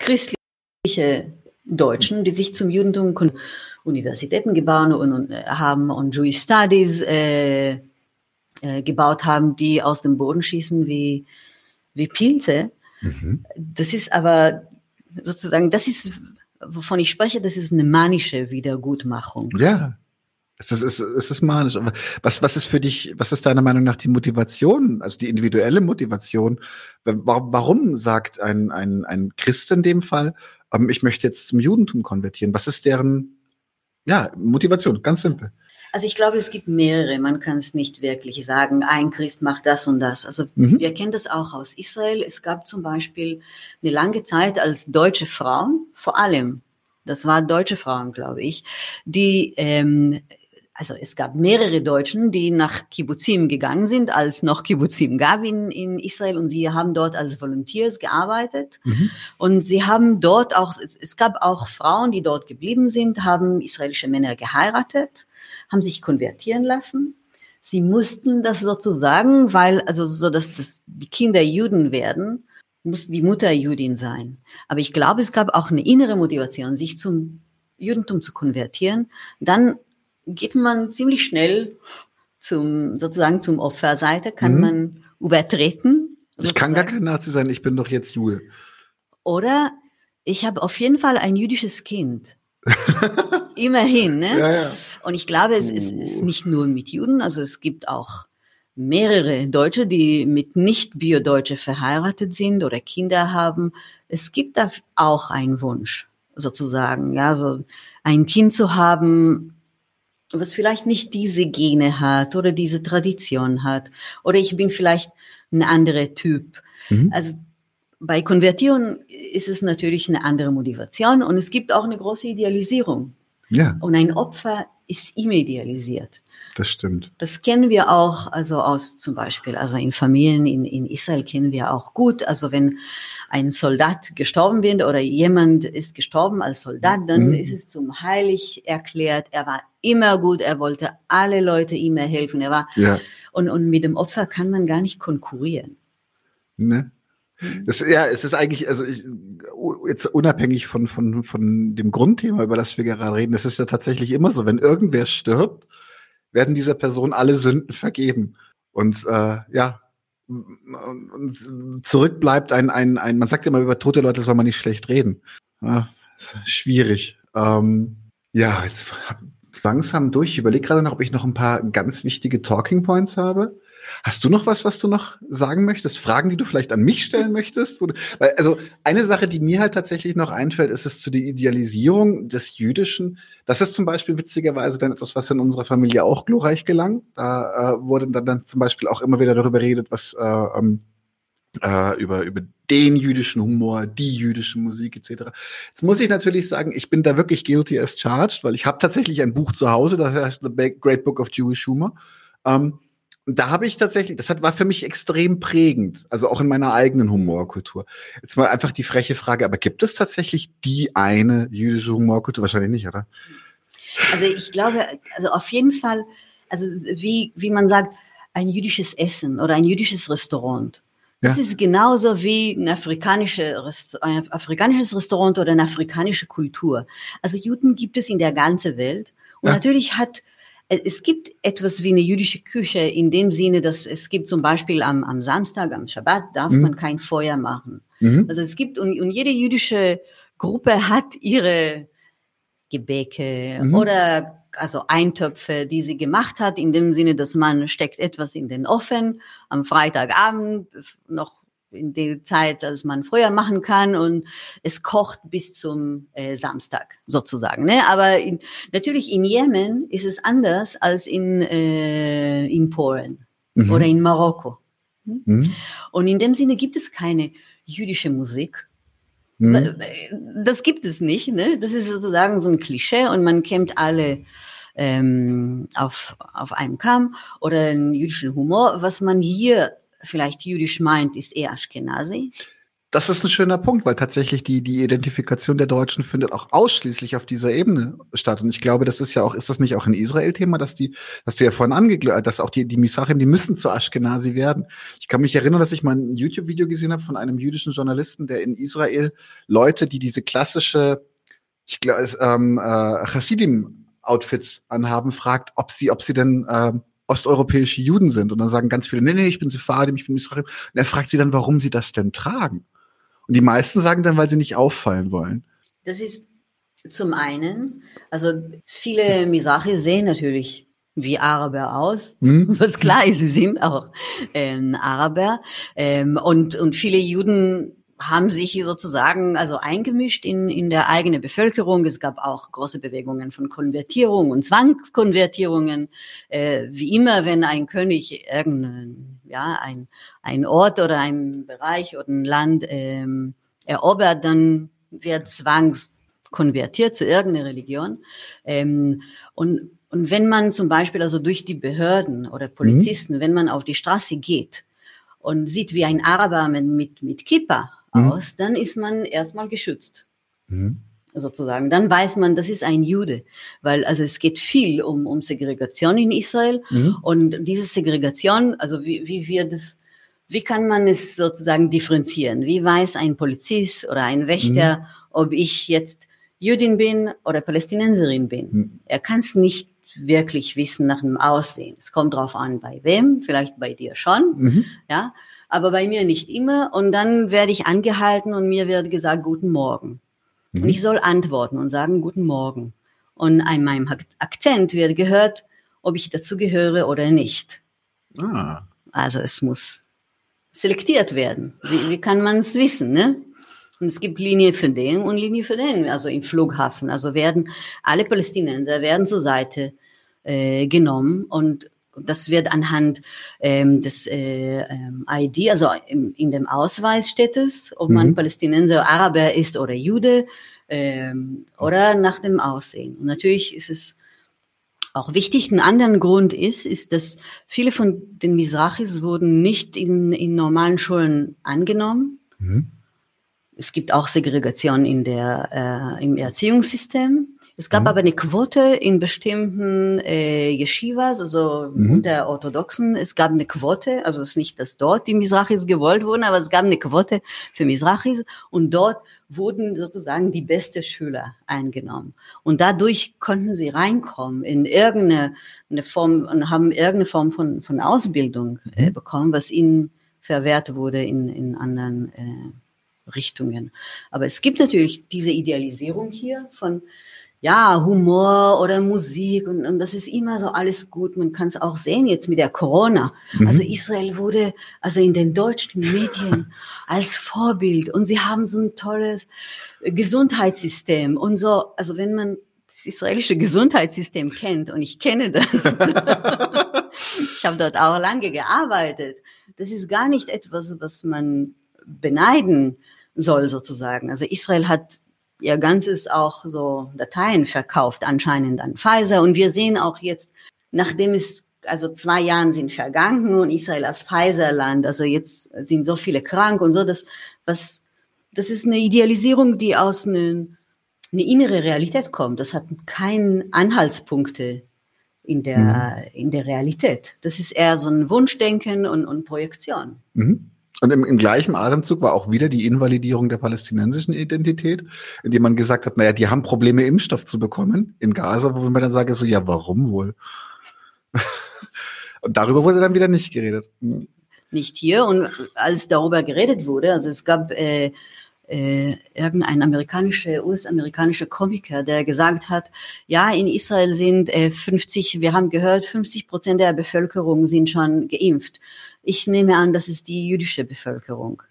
christlichen Deutschen, die sich zum Judentum Universitäten gebaut und, und, haben und Jewish Studies äh, äh, gebaut haben, die aus dem Boden schießen wie, wie Pilze. Mhm. Das ist aber sozusagen, das ist, wovon ich spreche, das ist eine manische Wiedergutmachung. Ja. Es ist, es ist, es ist manisch. Aber was, was ist für dich, was ist deiner Meinung nach die Motivation, also die individuelle Motivation? Warum, warum sagt ein, ein, ein Christ in dem Fall, ähm, ich möchte jetzt zum Judentum konvertieren? Was ist deren, ja, Motivation? Ganz simpel. Also ich glaube, es gibt mehrere. Man kann es nicht wirklich sagen, ein Christ macht das und das. Also mhm. wir kennen das auch aus Israel. Es gab zum Beispiel eine lange Zeit, als deutsche Frauen, vor allem, das waren deutsche Frauen, glaube ich, die ähm, Also es gab mehrere Deutschen, die nach Kibbutzim gegangen sind, als noch Kibbutzim gab in, in Israel, und sie haben dort als Volunteers gearbeitet. Mhm. Und sie haben dort auch, es, es gab auch Frauen, die dort geblieben sind, haben israelische Männer geheiratet, haben sich konvertieren lassen. Sie mussten das sozusagen, weil, also so, dass, dass die Kinder Juden werden, muss die Mutter Judin sein. Aber ich glaube, es gab auch eine innere Motivation, sich zum Judentum zu konvertieren. Dann geht man ziemlich schnell zum, sozusagen zum Opferseite, kann mhm. man übertreten. Sozusagen. Ich kann gar kein Nazi sein, ich bin doch jetzt Jude. Oder ich habe auf jeden Fall ein jüdisches Kind. Immerhin, ne? Ja, ja. Und ich glaube, es, es ist nicht nur mit Juden, also es gibt auch mehrere Deutsche, die mit Nicht-Bio-Deutsche verheiratet sind oder Kinder haben. Es gibt da auch einen Wunsch, sozusagen, ja, so ein Kind zu haben, was vielleicht nicht diese Gene hat oder diese Tradition hat. Oder ich bin vielleicht ein anderer Typ. Mhm. Also bei Konvertierung ist es natürlich eine andere Motivation und es gibt auch eine große Idealisierung. Ja. Und ein Opfer ist immer idealisiert. Das stimmt. Das kennen wir auch, also aus zum Beispiel, also in Familien in, in Israel kennen wir auch gut. Also wenn ein Soldat gestorben wird oder jemand ist gestorben als Soldat, dann mhm. ist es zum heilig erklärt. Er war immer gut, er wollte alle Leute immer helfen. Er war ja. und, und mit dem Opfer kann man gar nicht konkurrieren. Ne? Das, ja, es ist eigentlich, also ich, jetzt unabhängig von, von, von dem Grundthema, über das wir gerade reden, das ist ja tatsächlich immer so, wenn irgendwer stirbt, werden dieser Person alle Sünden vergeben. Und äh, ja, und zurück bleibt ein, ein, ein, man sagt ja immer, über tote Leute soll man nicht schlecht reden. Ja, ist schwierig. Ähm, ja, jetzt langsam durch. Ich überlege gerade noch, ob ich noch ein paar ganz wichtige Talking Points habe. Hast du noch was, was du noch sagen möchtest? Fragen, die du vielleicht an mich stellen möchtest? Weil, also eine Sache, die mir halt tatsächlich noch einfällt, ist es zu der Idealisierung des Jüdischen. Das ist zum Beispiel witzigerweise dann etwas, was in unserer Familie auch glorreich gelang. Da äh, wurde dann, dann zum Beispiel auch immer wieder darüber redet, was äh, ähm, äh, über über den jüdischen Humor, die jüdische Musik et cetera. Jetzt muss ich natürlich sagen, ich bin da wirklich guilty as charged, weil ich habe tatsächlich ein Buch zu Hause, das heißt The Great Book of Jewish Humor. Ähm, Und da habe ich tatsächlich, das hat, war für mich extrem prägend, also auch in meiner eigenen Humorkultur. Jetzt mal einfach die freche Frage, aber gibt es tatsächlich die eine jüdische Humorkultur? Wahrscheinlich nicht, oder? Also ich glaube, also auf jeden Fall, also wie, wie man sagt, ein jüdisches Essen oder ein jüdisches Restaurant. Das ja. ist genauso wie ein, afrikanische Rest, ein afrikanisches Restaurant oder eine afrikanische Kultur. Also Juden gibt es in der ganzen Welt. Und ja. natürlich hat Es gibt etwas wie eine jüdische Küche in dem Sinne, dass es gibt zum Beispiel am, am Samstag, am Schabbat, darf mhm. man kein Feuer machen. Mhm. Also es gibt, und, und jede jüdische Gruppe hat ihre Gebäcke mhm. oder also Eintöpfe, die sie gemacht hat, in dem Sinne, dass man steckt etwas in den Ofen am Freitagabend, noch in der Zeit, als man Feuer machen kann, und es kocht bis zum äh, Samstag sozusagen. Ne? Aber in, natürlich in Jemen ist es anders als in äh, in Polen mhm. oder in Marokko. Hm? Mhm. Und in dem Sinne gibt es keine jüdische Musik. Mhm. Das gibt es nicht. Ne? Das ist sozusagen so ein Klischee und man kennt alle ähm, auf auf einem Kamm oder einen jüdischen Humor. Was man hier vielleicht jüdisch meint, ist eher Ashkenazi. Das ist ein schöner Punkt, weil tatsächlich die die Identifikation der Deutschen findet auch ausschließlich auf dieser Ebene statt. Und ich glaube, das ist ja auch, ist das nicht auch ein Israel-Thema, dass die, dass du ja vorhin angeglaubt, dass auch die die Mizrahim, die müssen zu Ashkenazi werden. Ich kann mich erinnern, dass ich mal ein YouTube-Video gesehen habe von einem jüdischen Journalisten, der in Israel Leute, die diese klassische, ich glaube, ähm, äh, Hasidim-Outfits anhaben, fragt, ob sie, ob sie denn äh, osteuropäische Juden sind. Und dann sagen ganz viele, nee, nee, ich bin Sephardim, ich bin Mizrahim. Und er fragt sie dann, warum sie das denn tragen. Und die meisten sagen dann, weil sie nicht auffallen wollen. Das ist zum einen, also viele Mizrahi sehen natürlich wie Araber aus, hm? Was klar ist, sie sind auch ähm, Araber. Ähm, und, und viele Juden haben sich sozusagen also eingemischt in in der eigenen Bevölkerung. Es gab auch große Bewegungen von Konvertierung und Zwangskonvertierungen. Äh, wie immer, wenn ein König irgendein ja ein ein Ort oder ein Bereich oder ein Land ähm, erobert, dann wird zwangskonvertiert zu irgendeiner Religion. Ähm, und und wenn man zum Beispiel also durch die Behörden oder Polizisten, mhm. wenn man auf die Straße geht und sieht, wie ein Araber mit mit, mit Kippa aus, mhm. dann ist man erstmal geschützt, mhm. sozusagen. Dann weiß man, das ist ein Jude, weil also es geht viel um um Segregation in Israel mhm. und diese Segregation, also wie wie wird es, wie kann man es sozusagen differenzieren? Wie weiß ein Polizist oder ein Wächter, mhm. ob ich jetzt Jüdin bin oder Palästinenserin bin? Mhm. Er kann es nicht wirklich wissen nach dem Aussehen. Es kommt drauf an, bei wem, vielleicht bei dir schon, mhm. ja. Aber bei mir nicht immer. Und dann werde ich angehalten und mir wird gesagt, guten Morgen. Mhm. Und ich soll antworten und sagen, guten Morgen. Und an meinem Akzent wird gehört, ob ich dazu gehöre oder nicht. Ah. Also es muss selektiert werden. Wie, wie kann man es wissen, ne? Und es gibt Linie für den und Linie für den. Also im Flughafen. Also werden alle Palästinenser werden zur Seite äh, genommen und das wird anhand ähm, des äh, ähm, I D, also im, in dem Ausweis steht es, ob man mhm. Palästinenser, Araber ist oder Jude ähm, oder nach dem Aussehen. Und natürlich ist es auch wichtig. Ein anderer Grund ist, ist, dass viele von den Mizrachis wurden nicht in, in normalen Schulen angenommen. Mhm. Es gibt auch Segregation in der, äh, im Erziehungssystem. Es gab mhm. aber eine Quote in bestimmten äh, Yeshivas, also mhm. unter Orthodoxen. Es gab eine Quote, also es ist nicht, dass dort die Mizrachis gewollt wurden, aber es gab eine Quote für Mizrachis und dort wurden sozusagen die besten Schüler eingenommen. Und dadurch konnten sie reinkommen in irgendeine eine Form und haben irgendeine Form von, von Ausbildung äh, mhm. bekommen, was ihnen verwehrt wurde in, in anderen äh, Richtungen. Aber es gibt natürlich diese Idealisierung hier von ja, Humor oder Musik und, und das ist immer so alles gut. Man kann es auch sehen jetzt mit der Corona. Mhm. Also Israel wurde also in den deutschen Medien als Vorbild und sie haben so ein tolles Gesundheitssystem und so. Also wenn man das israelische Gesundheitssystem kennt und ich kenne das, ich habe dort auch lange gearbeitet, das ist gar nicht etwas, was man beneiden soll sozusagen. Also Israel hat ihr ganzes auch so Dateien verkauft, anscheinend an Pfizer. Und wir sehen auch jetzt, nachdem es, also zwei Jahren sind vergangen und Israel als Pfizer-Land, also jetzt sind so viele krank und so, das, was, das ist eine Idealisierung, die aus einer eine innere Realität kommt. Das hat keine Anhaltspunkte in der, mhm. in der Realität. Das ist eher so ein Wunschdenken und, und Projektion. Mhm. Und im, im gleichen Atemzug war auch wieder die Invalidierung der palästinensischen Identität, indem man gesagt hat, naja, die haben Probleme, Impfstoff zu bekommen in Gaza, wo man dann sagt, so, ja, warum wohl? Und darüber wurde dann wieder nicht geredet. Nicht hier. Und als darüber geredet wurde, also es gab äh, äh, irgendein amerikanischer, U S-amerikanischer Komiker, der gesagt hat, ja, in Israel sind äh, fünfzig, wir haben gehört, fünfzig Prozent der Bevölkerung sind schon geimpft. Ich nehme an, dass es die jüdische Bevölkerung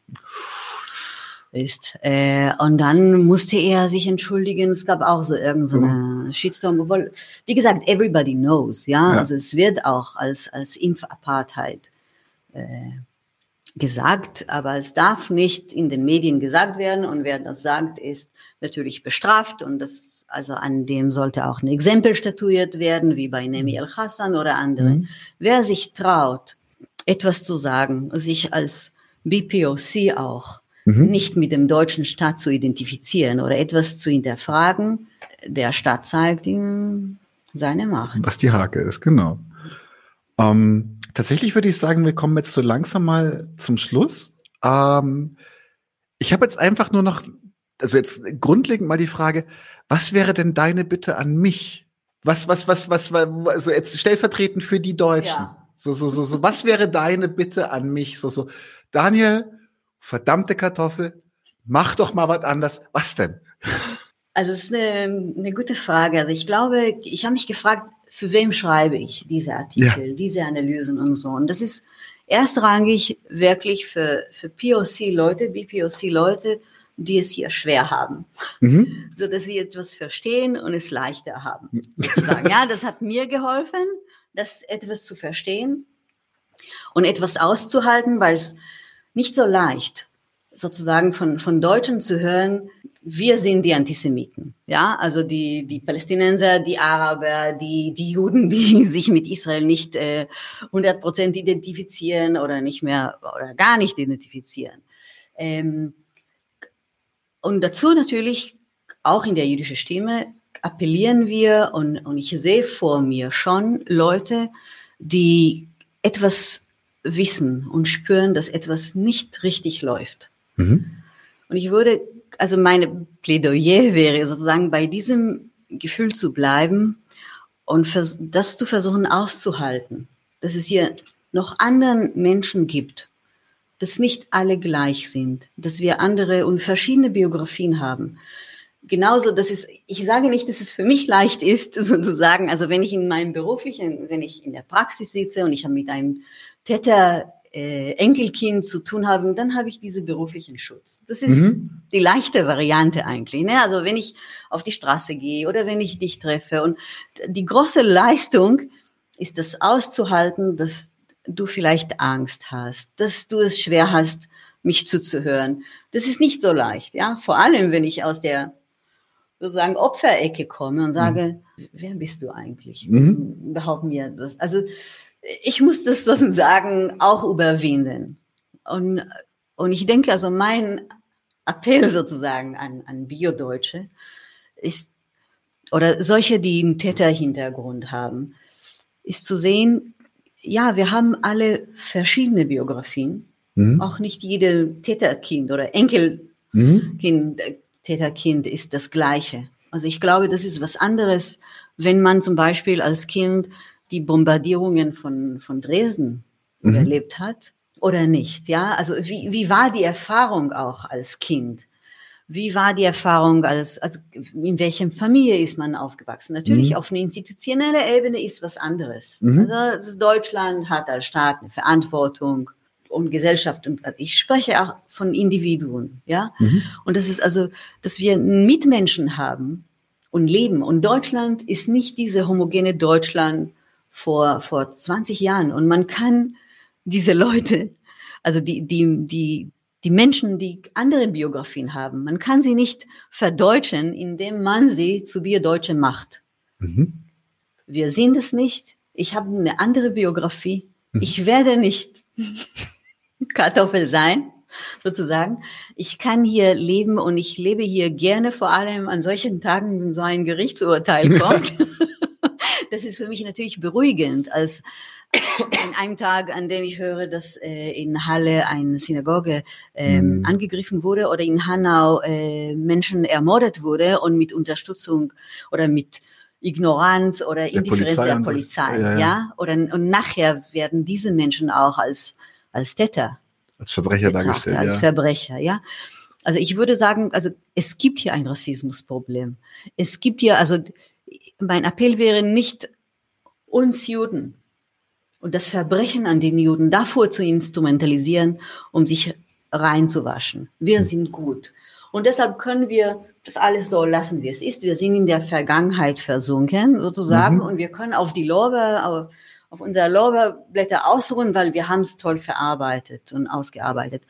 ist. Äh, und dann musste er sich entschuldigen. Es gab auch so irgendeine mhm. Shitstorm. Obwohl, wie gesagt, everybody knows, ja. ja. Also es wird auch als, als Impfapartheid äh, gesagt, aber es darf nicht in den Medien gesagt werden und wer das sagt, ist natürlich bestraft und das, also an dem sollte auch ein Exempel statuiert werden, wie bei Nemi El-Hassan oder andere. Mhm. Wer sich traut, etwas zu sagen, sich als B P O C auch mhm. nicht mit dem deutschen Staat zu identifizieren oder etwas zu hinterfragen, der Staat zeigt ihm seine Macht. Was die Hake ist, genau. Ähm, tatsächlich würde ich sagen, wir kommen jetzt so langsam mal zum Schluss. Ähm, ich habe jetzt einfach nur noch, also jetzt grundlegend mal die Frage, was wäre denn deine Bitte an mich? Was, was, was, was, also jetzt stellvertretend für die Deutschen. Ja. So, so, so, so, was wäre deine Bitte an mich? So, so, Daniel, verdammte Kartoffel, mach doch mal was anders. Was denn? Also, es ist eine, eine gute Frage. Also, ich glaube, ich habe mich gefragt, für wem schreibe ich diese Artikel, ja. diese Analysen und so. Und das ist erstrangig wirklich für, für P O C-Leute, B P O C-Leute, die es hier schwer haben. Mhm. So, dass sie etwas verstehen und es leichter haben. Sozusagen. Ja, das hat mir geholfen, das etwas zu verstehen und etwas auszuhalten, weil es nicht so leicht, sozusagen von, von Deutschen zu hören, wir sind die Antisemiten. Ja, also die, die Palästinenser, die Araber, die, die Juden, die sich mit Israel nicht äh, hundert Prozent identifizieren oder nicht mehr oder gar nicht identifizieren. Ähm, und dazu natürlich auch in der jüdischen Stimme appellieren wir und, und ich sehe vor mir schon Leute, die etwas wissen und spüren, dass etwas nicht richtig läuft. Mhm. Und ich würde, also meine Plädoyer wäre sozusagen bei diesem Gefühl zu bleiben und das zu versuchen auszuhalten, dass es hier noch anderen Menschen gibt, dass nicht alle gleich sind, dass wir andere und verschiedene Biografien haben. Genauso, dass es, ich sage nicht, dass es für mich leicht ist, sozusagen, also wenn ich in meinem beruflichen, wenn ich in der Praxis sitze und ich habe mit einem Täter äh, Enkelkind zu tun habe, dann habe ich diesen beruflichen Schutz. Das ist mhm. die leichte Variante eigentlich. Ne? Also wenn ich auf die Straße gehe oder wenn ich dich treffe und die große Leistung ist das auszuhalten, dass du vielleicht Angst hast, dass du es schwer hast, mich zuzuhören. Das ist nicht so leicht, ja. Vor allem, wenn ich aus der sozusagen Opferecke komme und sage, mhm. wer bist du eigentlich? Mhm. Überhaupt mir das. Also ich muss das sozusagen auch überwinden. Und, und ich denke, also mein Appell sozusagen an, an Bio-Deutsche ist, oder solche, die einen Täterhintergrund haben, ist zu sehen, ja, wir haben alle verschiedene Biografien. Mhm. Auch nicht jede Täterkind oder Enkelkind, mhm. Täterkind ist das Gleiche. Also ich glaube, das ist was anderes, wenn man zum Beispiel als Kind die Bombardierungen von, von Dresden mhm. überlebt hat oder nicht. Ja, also wie, wie war die Erfahrung auch als Kind? Wie war die Erfahrung als, also in welcher Familie ist man aufgewachsen? Natürlich mhm. auf einer institutionellen Ebene ist was anderes. Mhm. Also Deutschland hat als Staat eine Verantwortung und Gesellschaft, und ich spreche auch von Individuen, ja. Mhm. Und das ist also, dass wir Mitmenschen haben und leben. Und Deutschland ist nicht diese homogene Deutschland vor, vor zwanzig Jahren. Und man kann diese Leute, also die, die, die, die Menschen, die andere Biografien haben, man kann sie nicht verdeutschen, indem man sie zu Bio-Deutschen macht. Mhm. Wir sind es nicht. Ich habe eine andere Biografie. Mhm. Ich werde nicht Kartoffel sein, sozusagen. Ich kann hier leben und ich lebe hier gerne, vor allem an solchen Tagen, wenn so ein Gerichtsurteil kommt. Das ist für mich natürlich beruhigend, als an einem Tag, an dem ich höre, dass äh, in Halle eine Synagoge äh, mm. angegriffen wurde oder in Hanau äh, Menschen ermordet wurde und mit Unterstützung oder mit Ignoranz oder Indifferenz der Polizei, der Polizei ja, ja. ja? Oder, und nachher werden diese Menschen auch als als Täter, als Verbrecher dargestellt, als ja. Verbrecher, ja. Also ich würde sagen, also es gibt hier ein Rassismusproblem. Es gibt hier, also mein Appell wäre nicht, uns Juden und das Verbrechen an den Juden davor zu instrumentalisieren, um sich reinzuwaschen. Wir hm. sind gut. Und deshalb können wir das alles so lassen, wie es ist. Wir sind in der Vergangenheit versunken, sozusagen, mhm. und wir können auf die Lorbeer, auf, auf unser Lorbeerblätter ausruhen, weil wir haben es toll verarbeitet und ausgearbeitet.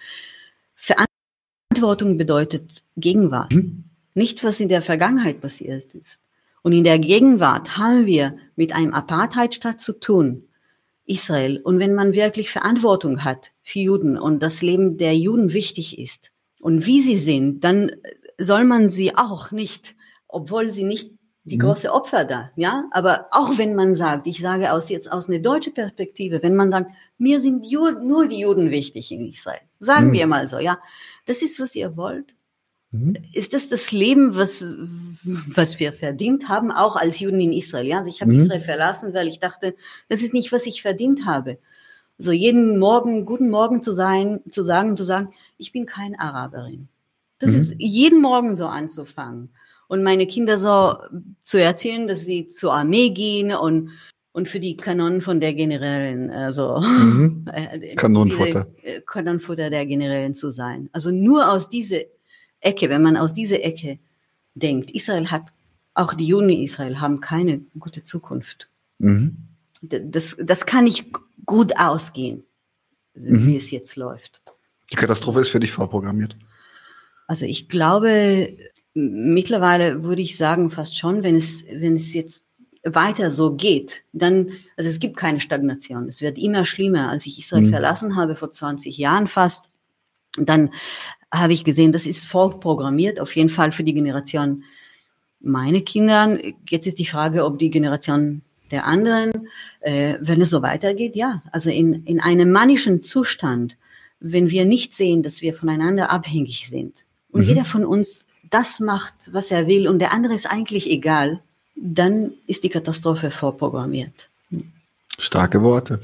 Verantwortung bedeutet Gegenwart. Mhm. Nicht, was in der Vergangenheit passiert ist. Und in der Gegenwart haben wir mit einem Apartheidstaat zu tun, Israel. Und wenn man wirklich Verantwortung hat für Juden und das Leben der Juden wichtig ist und wie sie sind, dann soll man sie auch nicht, obwohl sie nicht die mhm. große Opfer da, ja, aber auch wenn man sagt, ich sage aus jetzt aus einer deutschen Perspektive, wenn man sagt, mir sind Juden, nur die Juden wichtig in Israel, sagen mhm. wir mal so, ja, das ist, was ihr wollt. Mhm. Ist das das Leben, was, was wir verdient haben, auch als Juden in Israel? Ja, also ich habe mhm. Israel verlassen, weil ich dachte, das ist nicht, was ich verdient habe. So jeden Morgen, guten Morgen zu sein, zu sagen und zu sagen, ich bin keine Araberin. Das mhm. ist jeden Morgen so anzufangen. Und meine Kinder so zu erzählen, dass sie zur Armee gehen und, und für die Kanonen von der Generälin, also mhm. Kanonenfutter. Diese, Kanonenfutter der Generälin zu sein. Also nur aus dieser Ecke, wenn man aus dieser Ecke denkt, Israel hat, auch die Juden in Israel haben keine gute Zukunft. Mhm. Das, das kann nicht gut ausgehen, mhm. wie es jetzt läuft. Die Katastrophe ist für dich vorprogrammiert. Also ich glaube, mittlerweile würde ich sagen, fast schon, wenn es, wenn es jetzt weiter so geht, dann, also es gibt keine Stagnation. Es wird immer schlimmer. Als ich Israel mhm. verlassen habe, vor zwanzig Jahren fast, dann habe ich gesehen, das ist vorprogrammiert, auf jeden Fall für die Generation meine Kinder. Jetzt ist die Frage, ob die Generation der anderen, äh, wenn es so weitergeht, ja. Also in, in einem manischen Zustand, wenn wir nicht sehen, dass wir voneinander abhängig sind und mhm. jeder von uns das macht, was er will und der andere ist eigentlich egal, dann ist die Katastrophe vorprogrammiert. Starke Worte.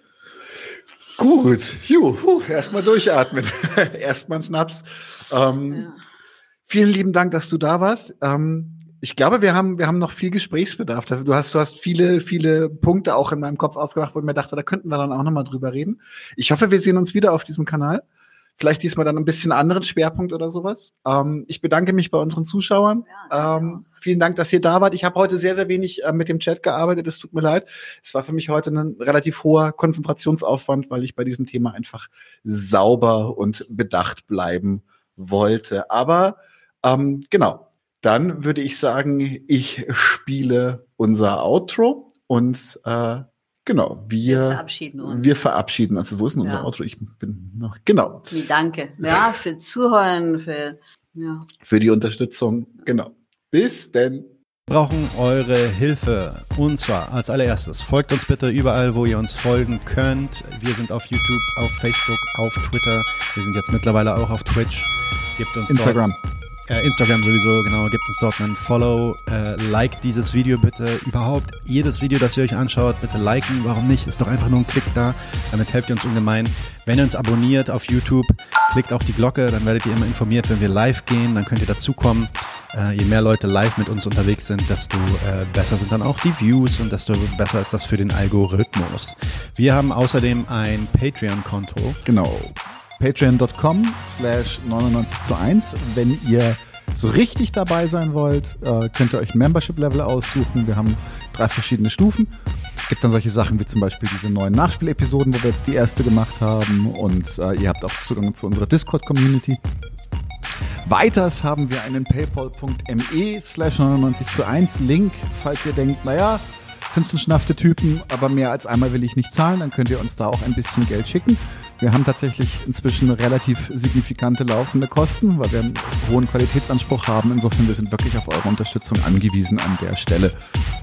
Gut, juhu, erstmal durchatmen, erstmal einen Schnaps. Ähm, ja. Vielen lieben Dank, dass du da warst. Ähm, ich glaube, wir haben, wir haben noch viel Gesprächsbedarf. Du hast, du hast viele, viele Punkte auch in meinem Kopf aufgemacht, wo ich mir dachte, da könnten wir dann auch nochmal drüber reden. Ich hoffe, wir sehen uns wieder auf diesem Kanal. Vielleicht diesmal dann ein bisschen anderen Schwerpunkt oder sowas. Ähm, ich bedanke mich bei unseren Zuschauern. Ja, ähm, vielen Dank, dass ihr da wart. Ich habe heute sehr, sehr wenig äh, mit dem Chat gearbeitet. Es tut mir leid. Es war für mich heute ein relativ hoher Konzentrationsaufwand, weil ich bei diesem Thema einfach sauber und bedacht bleiben wollte. Aber ähm, genau. Dann würde ich sagen, ich spiele unser Outro und äh, genau, wir, wir verabschieden uns. Wir verabschieden uns. Wo ist denn ja. unser Outro? Ich bin noch, genau. Nee, danke. Ja, für Zuhören, für, ja. für die Unterstützung. Genau. Bis denn. Wir brauchen eure Hilfe. Und zwar als allererstes, folgt uns bitte überall, wo ihr uns folgen könnt. Wir sind auf YouTube, auf Facebook, auf Twitter. Wir sind jetzt mittlerweile auch auf Twitch. Gebt uns Instagram. Dort, äh, Instagram sowieso, genau. Gebt uns dort einen Follow. Äh, like dieses Video bitte. Überhaupt jedes Video, das ihr euch anschaut, bitte liken. Warum nicht? Ist doch einfach nur ein Klick da. Damit helft ihr uns ungemein. Wenn ihr uns abonniert auf YouTube, klickt auch die Glocke. Dann werdet ihr immer informiert, wenn wir live gehen. Dann könnt ihr dazukommen. Äh, je mehr Leute live mit uns unterwegs sind, desto äh, besser sind dann auch die Views und desto besser ist das für den Algorithmus. Wir haben außerdem ein Patreon-Konto. Genau. Patreon.com slash neunundneunzig zu eins. Wenn ihr so richtig dabei sein wollt, äh, könnt ihr euch ein Membership-Level aussuchen. Wir haben drei verschiedene Stufen. Es gibt dann solche Sachen wie zum Beispiel diese neuen Nachspielepisoden, wo wir jetzt die erste gemacht haben. Und äh, ihr habt auch Zugang zu unserer Discord-Community. Weiters haben wir einen paypal.me slash neunundneunzig zu eins Link. Falls ihr denkt, naja, sind schon schnaffte Typen, aber mehr als einmal will ich nicht zahlen, dann könnt ihr uns da auch ein bisschen Geld schicken. Wir haben tatsächlich inzwischen relativ signifikante laufende Kosten, weil wir einen hohen Qualitätsanspruch haben. Insofern, wir sind wirklich auf eure Unterstützung angewiesen an der Stelle.